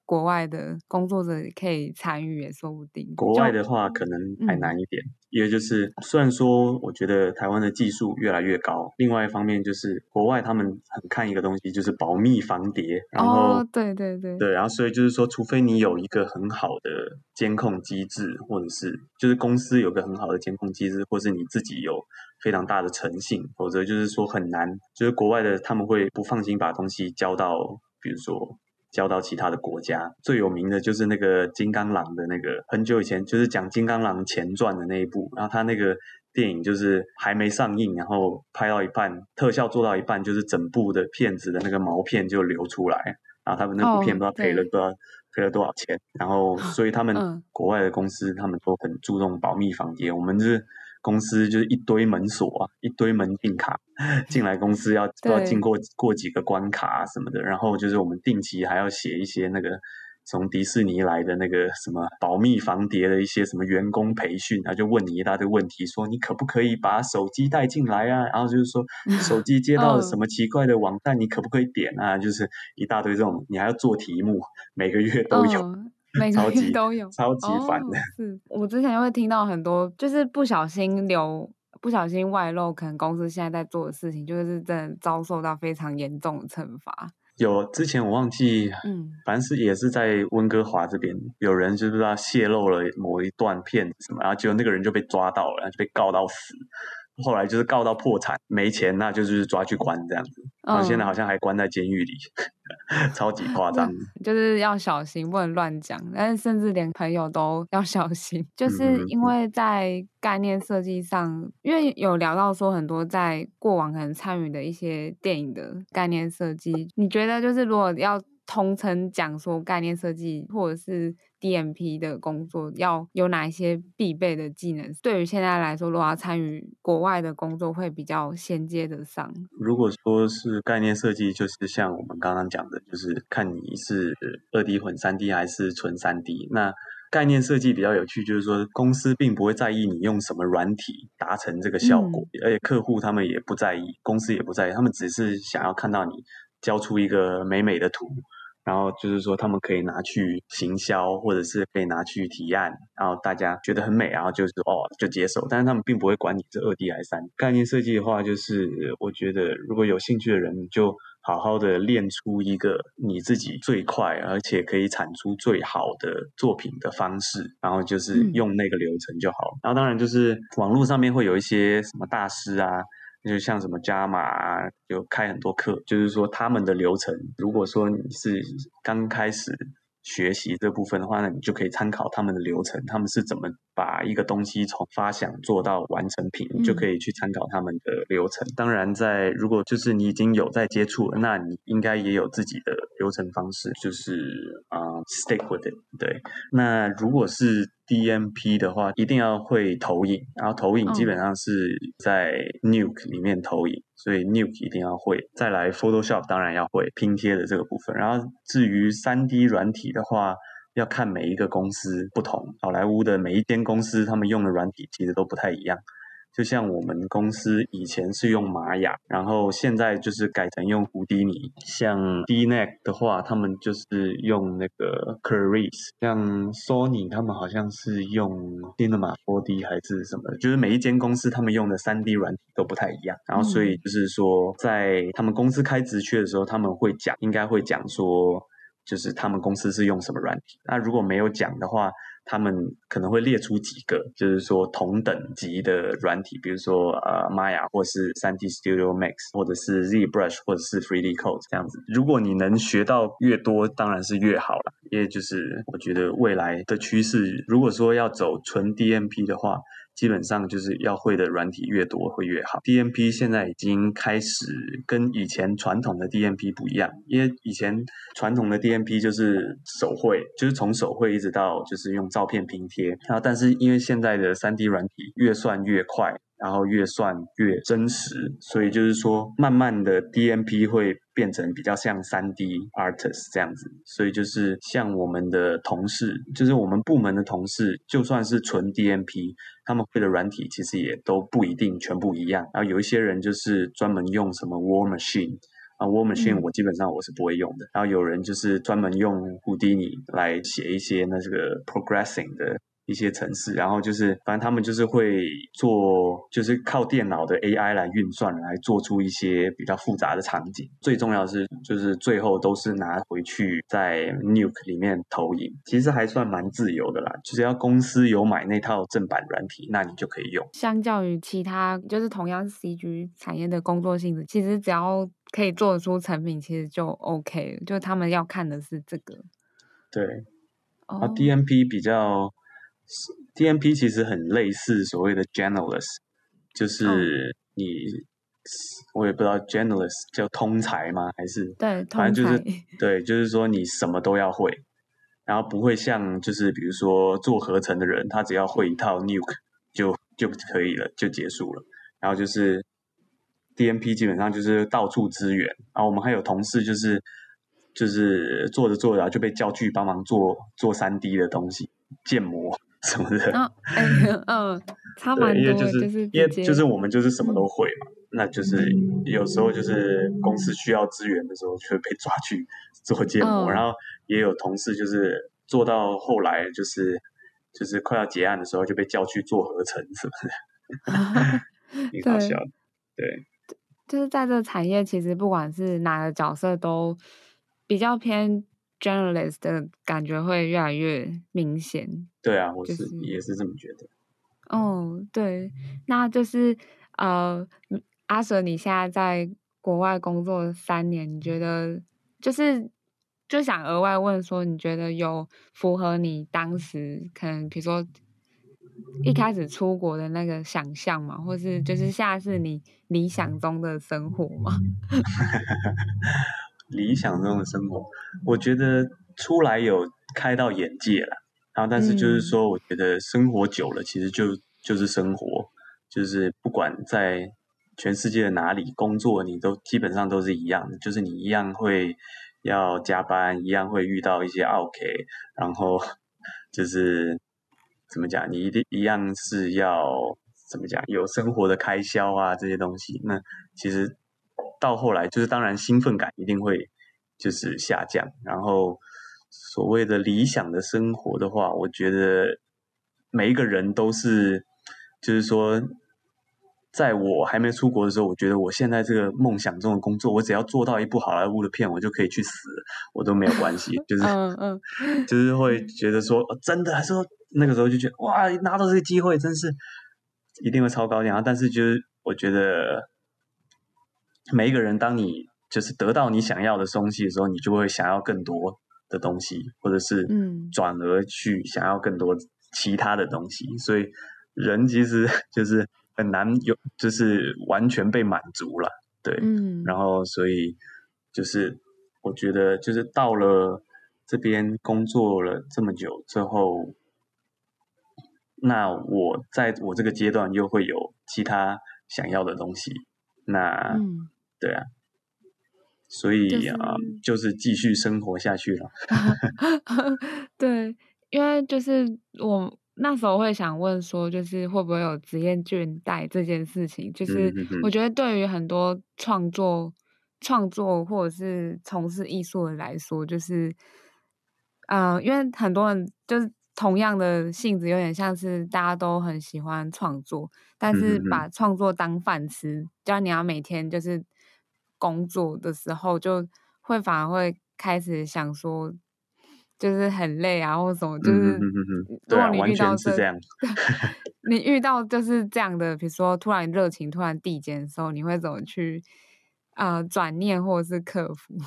国外的工作者可以参与也说不定。 国外的话可能还难一点，因为就是虽然说我觉得台湾的技术越来越高，另外一方面就是国外他们很看一个东西就是保密防谍，然后对， 然后所以就是说除非你有一个很好的监控机制，或者是就是公司有个很好的监控机制，或是你自己有非常大的诚信，否则就是说很难，就是国外的他们会不放心把东西交到比如说交到其他的国家。最有名的就是那个金刚狼的那个，很久以前就是讲金刚狼前传的那一部，然后他那个电影就是还没上映，然后拍到一半，特效做到一半，就是整部的片子的那个毛片就流出来，然后他们那部片不知道赔了多少钱，然后所以他们国外的公司他们都很注重保密防谍，我们是公司就是一堆门锁啊，一堆门禁卡，进来公司要经过几个关卡什么的，然后就是我们定期还要写一些那个从迪士尼来的那个什么保密防谍的一些什么员工培训，他就问你一大堆问题，说你可不可以把手机带进来啊？然后就是说手机接到了什么奇怪的网站，你可不可以点啊？就是一大堆这种，你还要做题目，每个月都有。 每个月都有， 超级烦的。 是我之前会听到很多，就是不小心外露，可能公司现在在做的事情，就是真的遭受到非常严重的惩罚。 有之前我忘记，反正也是在温哥华这边，有人就是他泄露了某一段片什么，然后结果那个人就被抓到了，就被告到死。后来就是告到破产，没钱，那就是抓去关这样子。然后现在好像还关在监狱里，超级夸张。 就是要小心，不能乱讲，但是甚至连朋友都要小心。就是因为在概念设计上，因为有聊到说很多在过往可能参与的一些电影的概念设计，你觉得就是如果要通称讲说概念设计或者是 DMP 的工作要有哪一些必备的技能，对于现在来说如果要参与国外的工作会比较衔接得上？ 如果说是概念设计，就是像我们刚刚讲的，就是看你是2D 混 3D 还是纯 3D。 那概念设计比较有趣，就是说公司并不会在意你用什么软体达成这个效果，而且客户他们也不在意，公司也不在意，他们只是想要看到你交出一个美美的图，然后就是说他们可以拿去行销，或者是可以拿去提案，然后大家觉得很美，然后就是就接受，但是他们并不会管你是2D 还是3D。概念设计的话，就是我觉得如果有兴趣的人，就好好的练出一个你自己最快而且可以产出最好的作品的方式，然后就是用那个流程就好。然后当然就是网络上面会有一些什么大师啊，就像什么Jama啊，有开很多课，就是说他们的流程，如果说你是刚开始学习这部分的话，那你就可以参考他们的流程，他们是怎么把一个东西从发想做到完成品，你就可以去参考他们的流程。当然如果就是你已经有在接触了，那你应该也有自己的流程方式，就是stick with it。 对，那如果是DMP 的话，一定要会投影，然后投影基本上是在 Nuke 里面投影，所以 Nuke 一定要会。再来 Photoshop 当然要会拼贴的这个部分。然后至于 3D 软体的话，要看每一个公司不同，好莱坞的每一间公司他们用的软体其实都不太一样。就像我们公司以前是用玛雅，然后现在就是改成用胡迪尼。像 DNEG 的话，他们就是用那个 Keras。像 Sony 他们好像是用 Cinema 4D 还是什么的，就是每一间公司他们用的 3D 软体都不太一样。然后所以就是说，在他们公司开职缺的时候，他们应该会讲说，就是他们公司是用什么软体。那如果没有讲的话，他们可能会列出几个，就是说同等级的软体，比如说Maya 或是 3D Studio Max 或者是 ZBrush 或者是 3D Code 这样子。如果你能学到越多，当然是越好啦。因为就是我觉得未来的趋势，如果说要走纯 DMP 的话，基本上就是要会的软体越多会越好。DMP 现在已经开始跟以前传统的 DMP 不一样，因为以前传统的 DMP 就是手绘，就是从手绘一直到就是用照片拼贴，然后但是因为现在的 3D 软体越算越快，然后越算越真实，所以就是说慢慢的 DMP 会变成比较像 3D artist 这样子。所以就是像我们的同事，就是我们部门的同事，就算是纯 DMP， 他们会的软体其实也都不一定全部一样。然后有一些人就是专门用什么 War Machine， War Machine 我基本上我是不会用的，然后有人就是专门用 Houdini 来写一些那这个 progressing 的一些程式，然后就是反正他们就是会做，就是靠电脑的 AI 来运算，来做出一些比较复杂的场景。最重要的是，就是最后都是拿回去在 Nuke 里面投影，其实还算蛮自由的啦。只要公司有买那套正版软体，那你就可以用。 相较于其他就是同样是 CG 产业的工作性质，其实只要可以做得出成品，其实就 OK 了。就他们要看的是这个。 对，然后 DMP 比较。DMP 其实很类似所谓的 generalist， 就是你，我也不知道 generalist 叫通才吗？还是对， 反正就是通才对，就是说你什么都要会，然后不会像就是比如说做合成的人，他只要会一套 Nuke 就可以了，就结束了。然后就是 DMP 基本上就是到处支援，然后我们还有同事就是做着做着就被叫去帮忙做 3D 的东西，建模什么的。 差蛮多的，就是直接， 因为就是我们就是什么都会嘛，那就是有时候就是公司需要资源的时候，就会被抓去做建模，然后也有同事就是做到后来就是快要结案的时候，就被叫去做合成什么的，挺好笑的。对， 就是在这个产业，其实不管是哪个角色，都比较偏 generalist 的感觉会越来越明显。 对啊，我也是这么觉得。 对，那就是阿 Sir，你现在在国外工作3年，你觉得就想额外问说，你觉得有符合你当时可能比如说一开始出国的那个想象吗？或是就是现在是你理想中的生活吗？ 理想中的生活，我觉得出来有开到眼界了。然后，但是就是说，我觉得生活久了，其实就是生活，就是不管在全世界的哪里工作，你都基本上都是一样的，就是你一样会要加班，一样会遇到一些 OK， 然后就是怎么讲，你一样是要怎么讲，有生活的开销啊这些东西。那其实到后来，就是当然兴奋感一定会就是下降，然后。所谓的理想的生活的话，我觉得每一个人都是，就是说，在我还没出国的时候，我觉得我现在这个梦想中的工作，我只要做到一部好莱坞的片，我就可以去死，我都没有关系。就是就是会觉得说，真的，还是说那个时候就觉得哇，拿到这个机会，真是一定会超高兴。但是就是我觉得每一个人，当你就是得到你想要的东西的时候，你就会想要更多的东西，或者是转而去想要更多其他的东西，所以人其实就是很难有就是完全被满足了，对，然后所以就是我觉得就是到了这边工作了这么久之后，那我在我这个阶段又会有其他想要的东西，那对啊。所以就是继续生活下去了。 对，因为就是我那时候会想问说，就是会不会有职业倦怠这件事情？就是我觉得对于很多创作或者是从事艺术的来说，就是因为很多人就是同样的性质，有点像是大家都很喜欢创作，但是把创作当饭吃，只要你要每天就是工作的时候，就会反而会开始想说，就是很累啊，或什么，就是如果你遇到这样， 你遇到就是这样的，比如说突然热情突然递减的时候，你会怎么去转念或者是克服？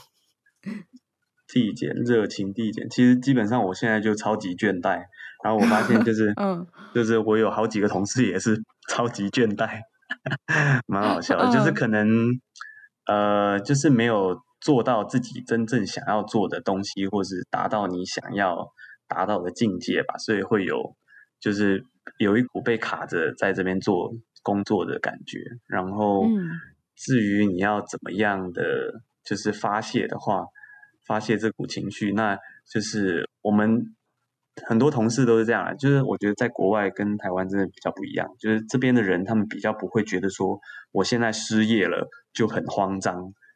热情递减，其实基本上我现在就超级倦怠，然后我发现就是就是我有好几个同事也是超级倦怠，蛮好笑的，就是可能就是没有做到自己真正想要做的东西，或是达到你想要达到的境界吧，所以会有就是有一股被卡着在这边做工作的感觉，然后至于你要怎么样的就是发泄的话。发泄这股情绪，那就是我们很多同事都是这样啦，就是我觉得在国外跟台湾真的比较不一样，就是这边的人他们比较不会觉得说我现在失业了就很慌张，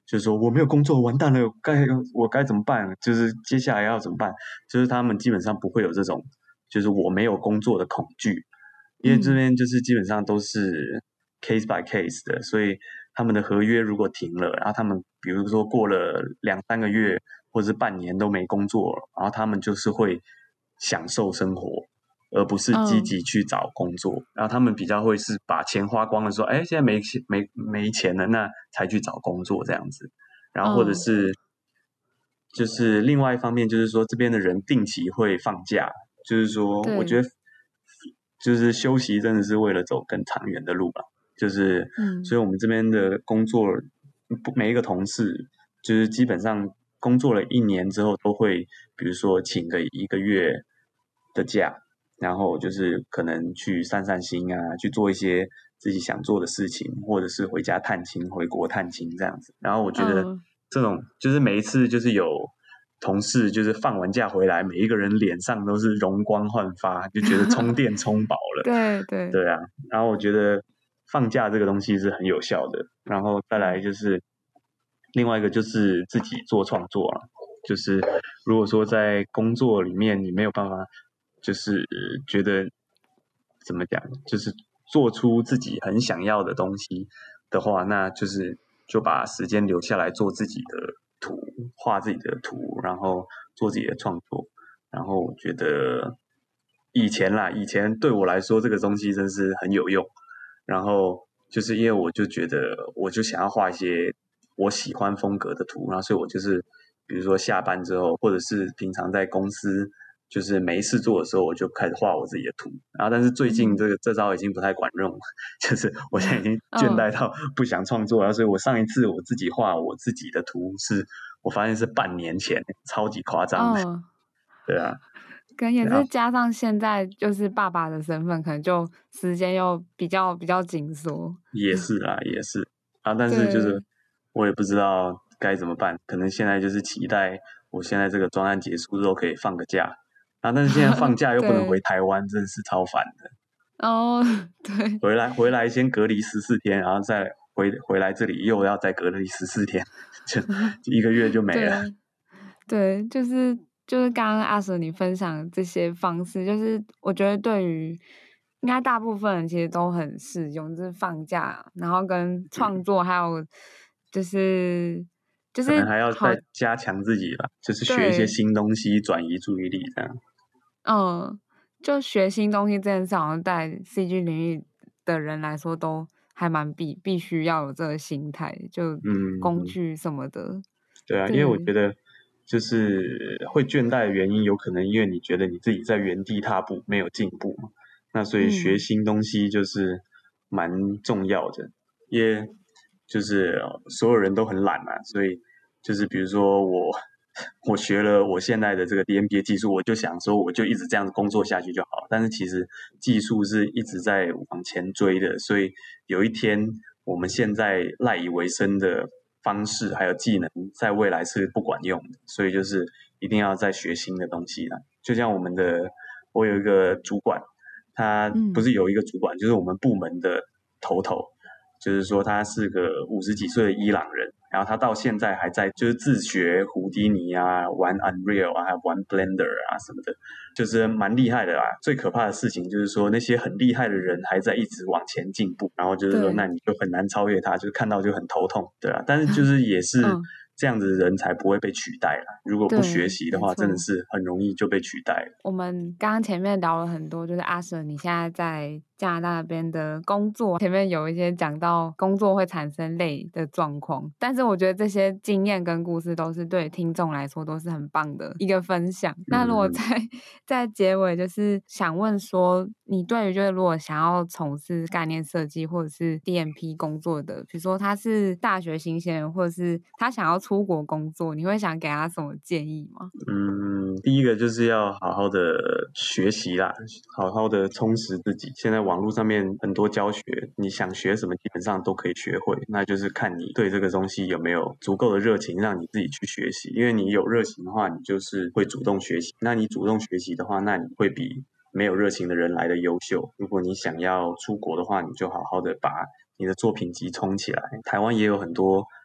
就是说我没有工作完蛋了，我该怎么办，就是接下来要怎么办，就是他们基本上不会有这种就是我没有工作的恐惧，因为这边就是基本上都是 case by case 的，所以他们的合约如果停了，然后他们比如说过了2-3个月或者是半年都没工作，然后他们就是会享受生活，而不是积极去找工作，然后他们比较会是把钱花光了，说哎现在没钱了，那才去找工作这样子，然后或者是就是另外一方面就是说这边的人定期会放假，就是说我觉得就是休息真的是为了走更长远的路吧，就是所以我们这边的工作每一个同事就是基本上工作了1年之后都会比如说请个1个月的假，然后就是可能去散散心啊，去做一些自己想做的事情，或者是回家探亲回国探亲这样子，然后我觉得这种就是每一次就是有同事就是放完假回来，每一个人脸上都是容光焕发，就觉得充电充饱了。对啊，然后我觉得放假这个东西是很有效的，然后再来就是另外一个就是自己做创作了，就是如果说在工作里面你没有办法就是觉得怎么讲，就是做出自己很想要的东西的话，那就是就把时间留下来做自己的图，画自己的图，然后做自己的创作。然后我觉得以前对我来说这个东西真是很有用。然后就是因为我就觉得我就想要画一些我喜欢风格的图，然后所以我就是比如说下班之后，或者是平常在公司就是没事做的时候，我就开始画我自己的图。然后但是最近这招已经不太管用了，就是我现在已经倦怠到不想创作了，所以我上一次我自己画我自己的图是我发现是半年前，超级夸张的。对啊， 可能也是加上现在就是爸爸的身份，可能就时间又比较紧缩。 也是啊，但是就是我也不知道该怎么办，可能现在就是期待我现在这个专案结束之后可以放个假啊，但是现在放假又不能回台湾，真的是超烦的。 对， 回来先隔离14天，然后再回来这里又要再隔离14天，就1个月就没了。 对，就是刚刚阿蛇你分享这些方式，就是我觉得对于应该大部分人其实都很适用，就是放假，然后跟创作，还有就是可能还要再加强自己吧，就是学一些新东西，转移注意力这样。 就学新东西这件事，好像在 CG 领域的人来说，都还蛮必须要有这个心态，就工具什么的。 对啊，因为我觉得就是会倦怠的原因，有可能因为你觉得你自己在原地踏步，没有进步嘛。那所以学新东西就是蛮重要的，因为就是所有人都很懒嘛，所以就是比如说我学了我现在的这个 DMP 技术，我就想说我就一直这样子工作下去就好，但是其实技术是一直在往前追的，所以有一天我们现在赖以为生的方式还有技能在未来是不管用的，所以就是一定要再学新的东西啦。就像我有一个主管，他不是有一个主管，就是我们部门的头，就是说他是个50几岁的伊朗人，然后他到现在还在就是自学胡迪尼啊，玩 Unreal 啊，还有玩 Blender 啊什么的，就是蛮厉害的啦。最可怕的事情就是说那些很厉害的人还在一直往前进步，然后就是说那你就很难超越他，就是看到就很头痛，对啊。但是就是也是这样子的人才不会被取代啦，如果不学习的话，真的是很容易就被取代了。 我们刚刚前面聊了很多，就是阿蛇你现在在加拿大那边的工作，前面有一些讲到工作会产生累的状况，但是我觉得这些经验跟故事都是对听众来说都是很棒的一个分享。那如果在结尾就是想问说，你对于就是如果想要从事概念设计或者是 DMP 工作的，比如说他是大学新鲜人，或者是他想要出国工作，你会想给他什么建议吗？ 第一个就是要好好的学习啦，好好的充实自己。现在网络上面很多教学，你想学什么基本上都可以学会，那就是看你对这个东西有没有足够的热情，让你自己去学习。因为你有热情的话，你就是会主动学习。那你主动学习的话，那你会比没有热情的人来的优秀。如果你想要出国的话，你就好好的把你的作品集冲起来。台湾也有很多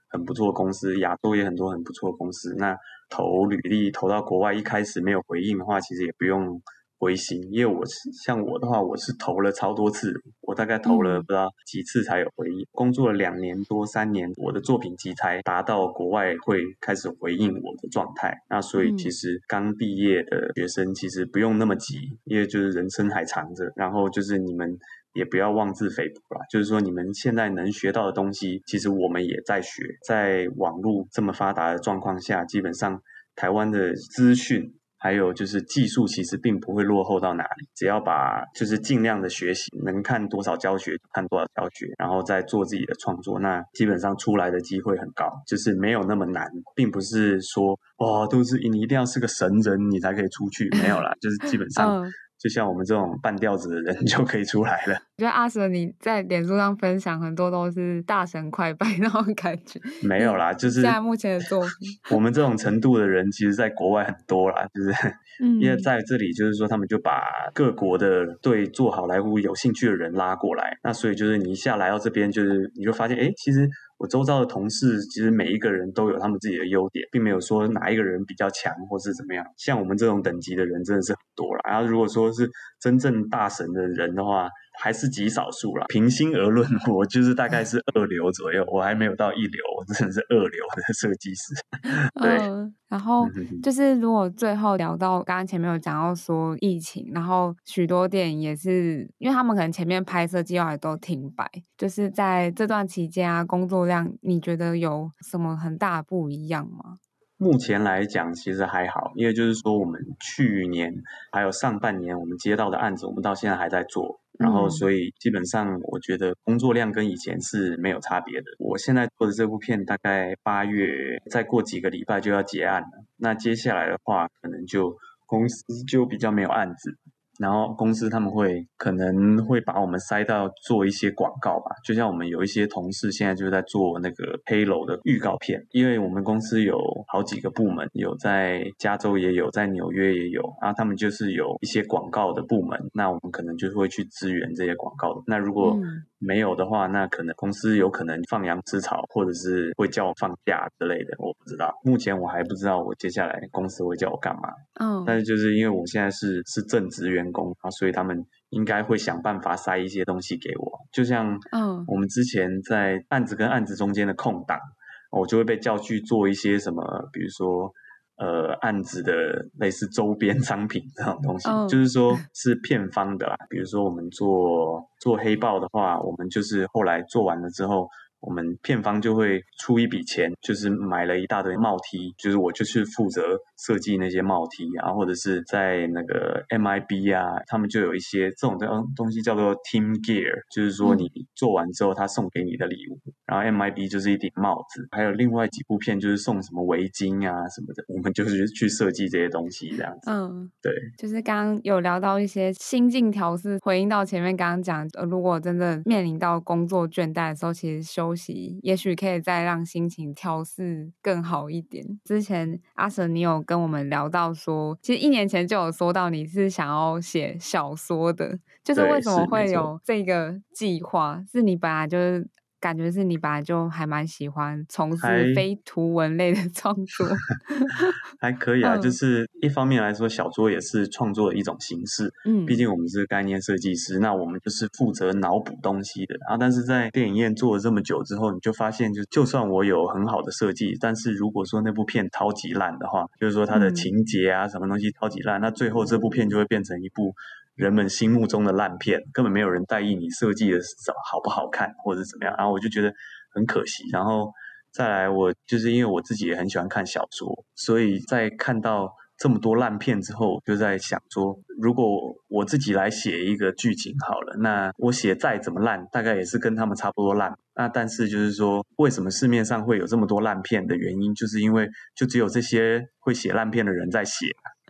很不错的公司，亚洲也很多很不错的公司。那投履历投到国外，一开始没有回应的话，其实也不用灰心，因为像我的话，我是投了超多次，我大概投了不知道几次才有回应。工作了2年多3年，我的作品集才达到国外会开始回应我的状态。那所以其实刚毕业的学生其实不用那么急，因为就是人生还长着，然后就是你们也不要妄自菲薄啦，就是说你们现在能学到的东西，其实我们也在学。在网络这么发达的状况下，基本上台湾的资讯还有就是技术其实并不会落后到哪里，只要把就是尽量的学习，能看多少教学看多少教学，然后再做自己的创作，那基本上出来的机会很高，就是没有那么难，并不是说都是你一定要是个神人你才可以出去，没有啦，就是基本上就像我们这种半吊子的人就可以出来了。 我觉得阿 Sir 你在脸书上分享很多都是大神快拜那种感觉。 没有啦，就是现在目前的作品， 我们这种程度的人，其实在国外很多啦，就是因为在这里，就是说他们就把各国的对做好莱坞有兴趣的人拉过来，那所以就是你一下来到这边，就是你就发现，其实我周遭的同事，其实每一个人都有他们自己的优点，并没有说哪一个人比较强或是怎么样。像我们这种等级的人真的是很多啦，然后如果说是真正大神的人的话，还是极少数啦。平心而论，我就是大概是2流左右，我还没有到1流，我真的是2流的设计师。对， 然后就是如果最后聊到刚刚前面有讲到说疫情，然后许多电影也是因为他们可能前面拍摄计划也都停摆，就是在这段期间啊，工作量你觉得有什么很大的不一样吗？ 目前来讲其实还好，因为就是说我们去年还有上半年我们接到的案子，我们到现在还在做，然后所以基本上我觉得工作量跟以前是没有差别的。我现在做的这部片大概8月再过几个礼拜就要结案了，那接下来的话可能就公司就比较没有案子，然后公司他们可能会把我们塞到做一些广告吧，就像我们有一些同事现在就在做那个 Halo 的预告片，因为我们公司有好几个部门，有在加州也有，在纽约也有，然后他们就是有一些广告的部门，那我们可能就会去支援这些广告的。那如果没有的话，那可能公司有可能放羊吃草，或者是会叫我放假之类的，我不知道。目前我还不知道我接下来公司会叫我干嘛。但是就是因为我现在是正职员工啊，所以他们应该会想办法塞一些东西给我。就像我们之前在案子跟案子中间的空档，我就会被叫去做一些什么，比如说案子的类似周边商品这种东西，就是说是片方的啦。比如说我们做黑豹的话，我们就是后来做完了之后，我们片方就会出一笔钱，就是买了一大堆帽 T， 就是我就去负责设计那些帽 T 啊，或者是在那个 MIB 啊，他们就有一些这种东西叫做 Team Gear， 就是说你做完之后他送给你的礼物，然后 MIB 就是一顶帽子，还有另外几部片就是送什么围巾啊什么的，我们就是去设计这些东西这样子。对， 就是刚刚有聊到一些心境调试，回应到前面刚刚讲，如果真的面临到工作倦怠的时候，其实休息也许可以再让心情调试更好一点。之前阿 Sir 你有跟我们聊到说，其实1年前就有说到你是想要写小说的，就是为什么会有这个计划？是你本来就是感觉是你本来就还蛮喜欢从事非图文类的创作。 还可以啊，就是一方面来说，小说也是创作的一种形式。毕竟我们是概念设计师，那我们就是负责脑补东西的。然后，但是在电影院做了这么久之后，你就发现，就算我有很好的设计，但是如果说那部片超级烂的话，就是说它的情节啊，什么东西超级烂，那最后这部片就会变成一部人们心目中的烂片，根本没有人在意你设计的好不好看或者怎么样。然后我就觉得很可惜。然后再来，我就是因为我自己也很喜欢看小说，所以在看到这么多烂片之后，就在想说，如果我自己来写一个剧情好了，那我写再怎么烂，大概也是跟他们差不多烂。那但是就是说，为什么市面上会有这么多烂片的原因，就是因为就只有这些会写烂片的人在写。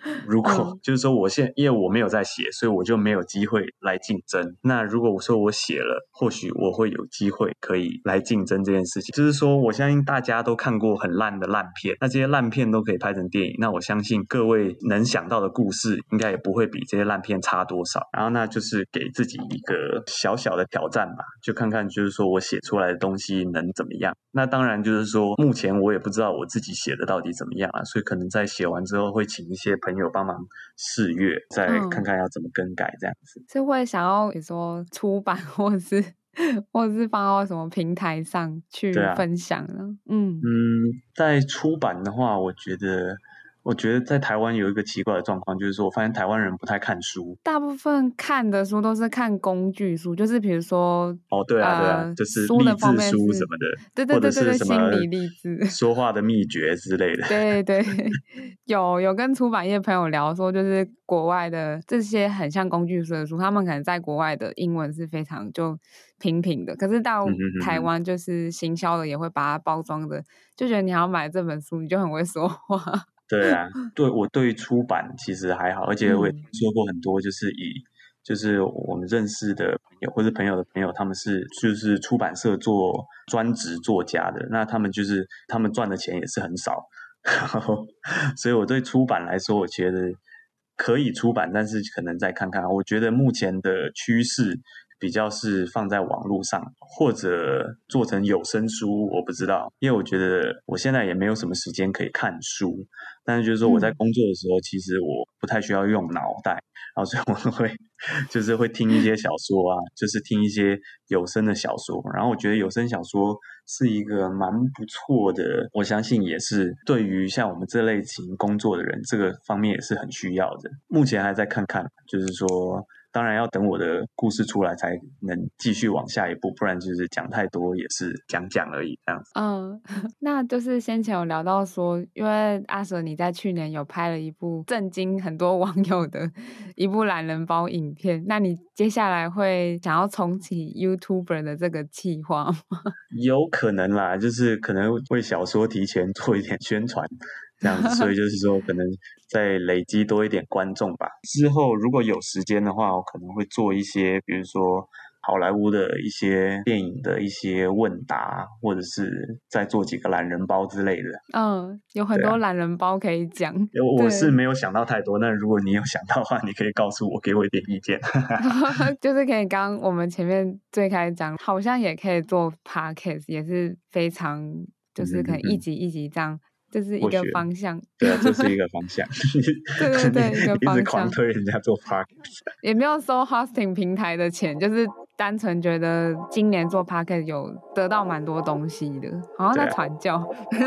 如果就是说因为我没有在写，所以我就没有机会来竞争。那如果我说我写了，或许我会有机会可以来竞争这件事情。就是说我相信大家都看过很烂的烂片，那这些烂片都可以拍成电影，那我相信各位能想到的故事应该也不会比这些烂片差多少。然后那就是给自己一个小小的挑战吧，就看看就是说我写出来的东西能怎么样。那当然就是说目前我也不知道我自己写的到底怎么样啊，所以可能在写完之后会请一些朋友帮忙试阅，再看看要怎么更改这样子。 是会想要比如说出版或者是放到什么平台上去分享呢？ 在出版的话，我觉得在台湾有一个奇怪的状况，就是说我发现台湾人不太看书， 大部分看的书都是看工具书，就是比如说对啊，就是励志书什么的， 对， 或者是什么心理励志、 说话的秘诀之类的。 对，有跟出版业朋友聊说，就是国外的这些很像工具书的书，他们可能在国外的英文是非常就平平的，可是到台湾就是行销的也会把它包装的，就觉得你要买这本书，你就很会说话。 对啊，我对出版其实还好，而且我也听说过很多就是我们认识的朋友或是朋友的朋友，他们就是出版社做专职作家的，那他们赚的钱也是很少，所以我对出版来说，我觉得可以出版，但是可能再看看。我觉得目前的趋势比较是放在网络上，或者做成有声书，我不知道，因为我觉得我现在也没有什么时间可以看书，但是就是说我在工作的时候，其实我不太需要用脑袋，然后所以我会听一些小说啊，就是听一些有声的小说，然后我觉得有声小说是一个蛮不错的，我相信也是对于像我们这类型工作的人，这个方面也是很需要的。目前还在看看，就是说当然要等我的故事出来才能继续往下一步，不然就是讲太多也是讲而已这样子。 那就是先前有聊到说，因为阿蛇你在去年有拍了一部震惊很多网友的一部懒人包影片，那你接下来会想要重启 YouTuber 的这个计划吗？ 有可能啦，就是可能为小说提前做一点宣传这样子，所以就是说可能再累积多一点观众吧。之后如果有时间的话，我可能会做一些比如说好莱坞的一些电影的一些问答，或者是再做几个懒人包之类的。 有很多懒人包可以讲。 我是没有想到太多，那如果你有想到的话，你可以告诉我，给我一点意见。 就是可以刚我们前面最开始讲，好像也可以做 podcast， 也是非常就是可能一集一集这样。这是一个方向， 对啊，这是一个方向。 对，一个方向。 一直狂推人家做 podcast， 也没有收 hosting 平台的钱，就是单纯觉得今年做 podcast 有得到蛮多东西的，好像在传教。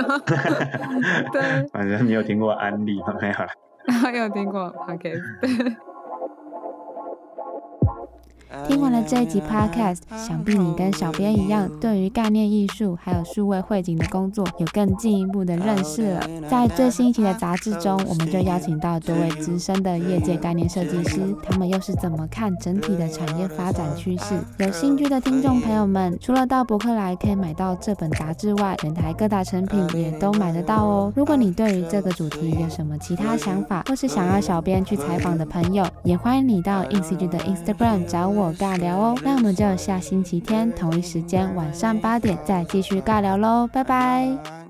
对， 反正你有听过安利吗？没有啦。 有听过 podcast。 听完了这一集 podcast， 想必你跟小编一样，对于概念艺术还有数位汇景的工作有更进一步的认识了。在最新一期的杂志中，我们就邀请到多位资深的业界概念设计师，他们又是怎么看整体的产业发展趋势？有兴趣的听众朋友们，除了到博客来可以买到这本杂志外，全台各大成品也都买得到哦。如果你对于这个主题有什么其他想法，或是想要小编去采访的朋友，也欢迎你到 InCG 的 Instagram 找我尬聊哦。那我们就下星期天同一时间晚上8点再继续尬聊咯，拜拜。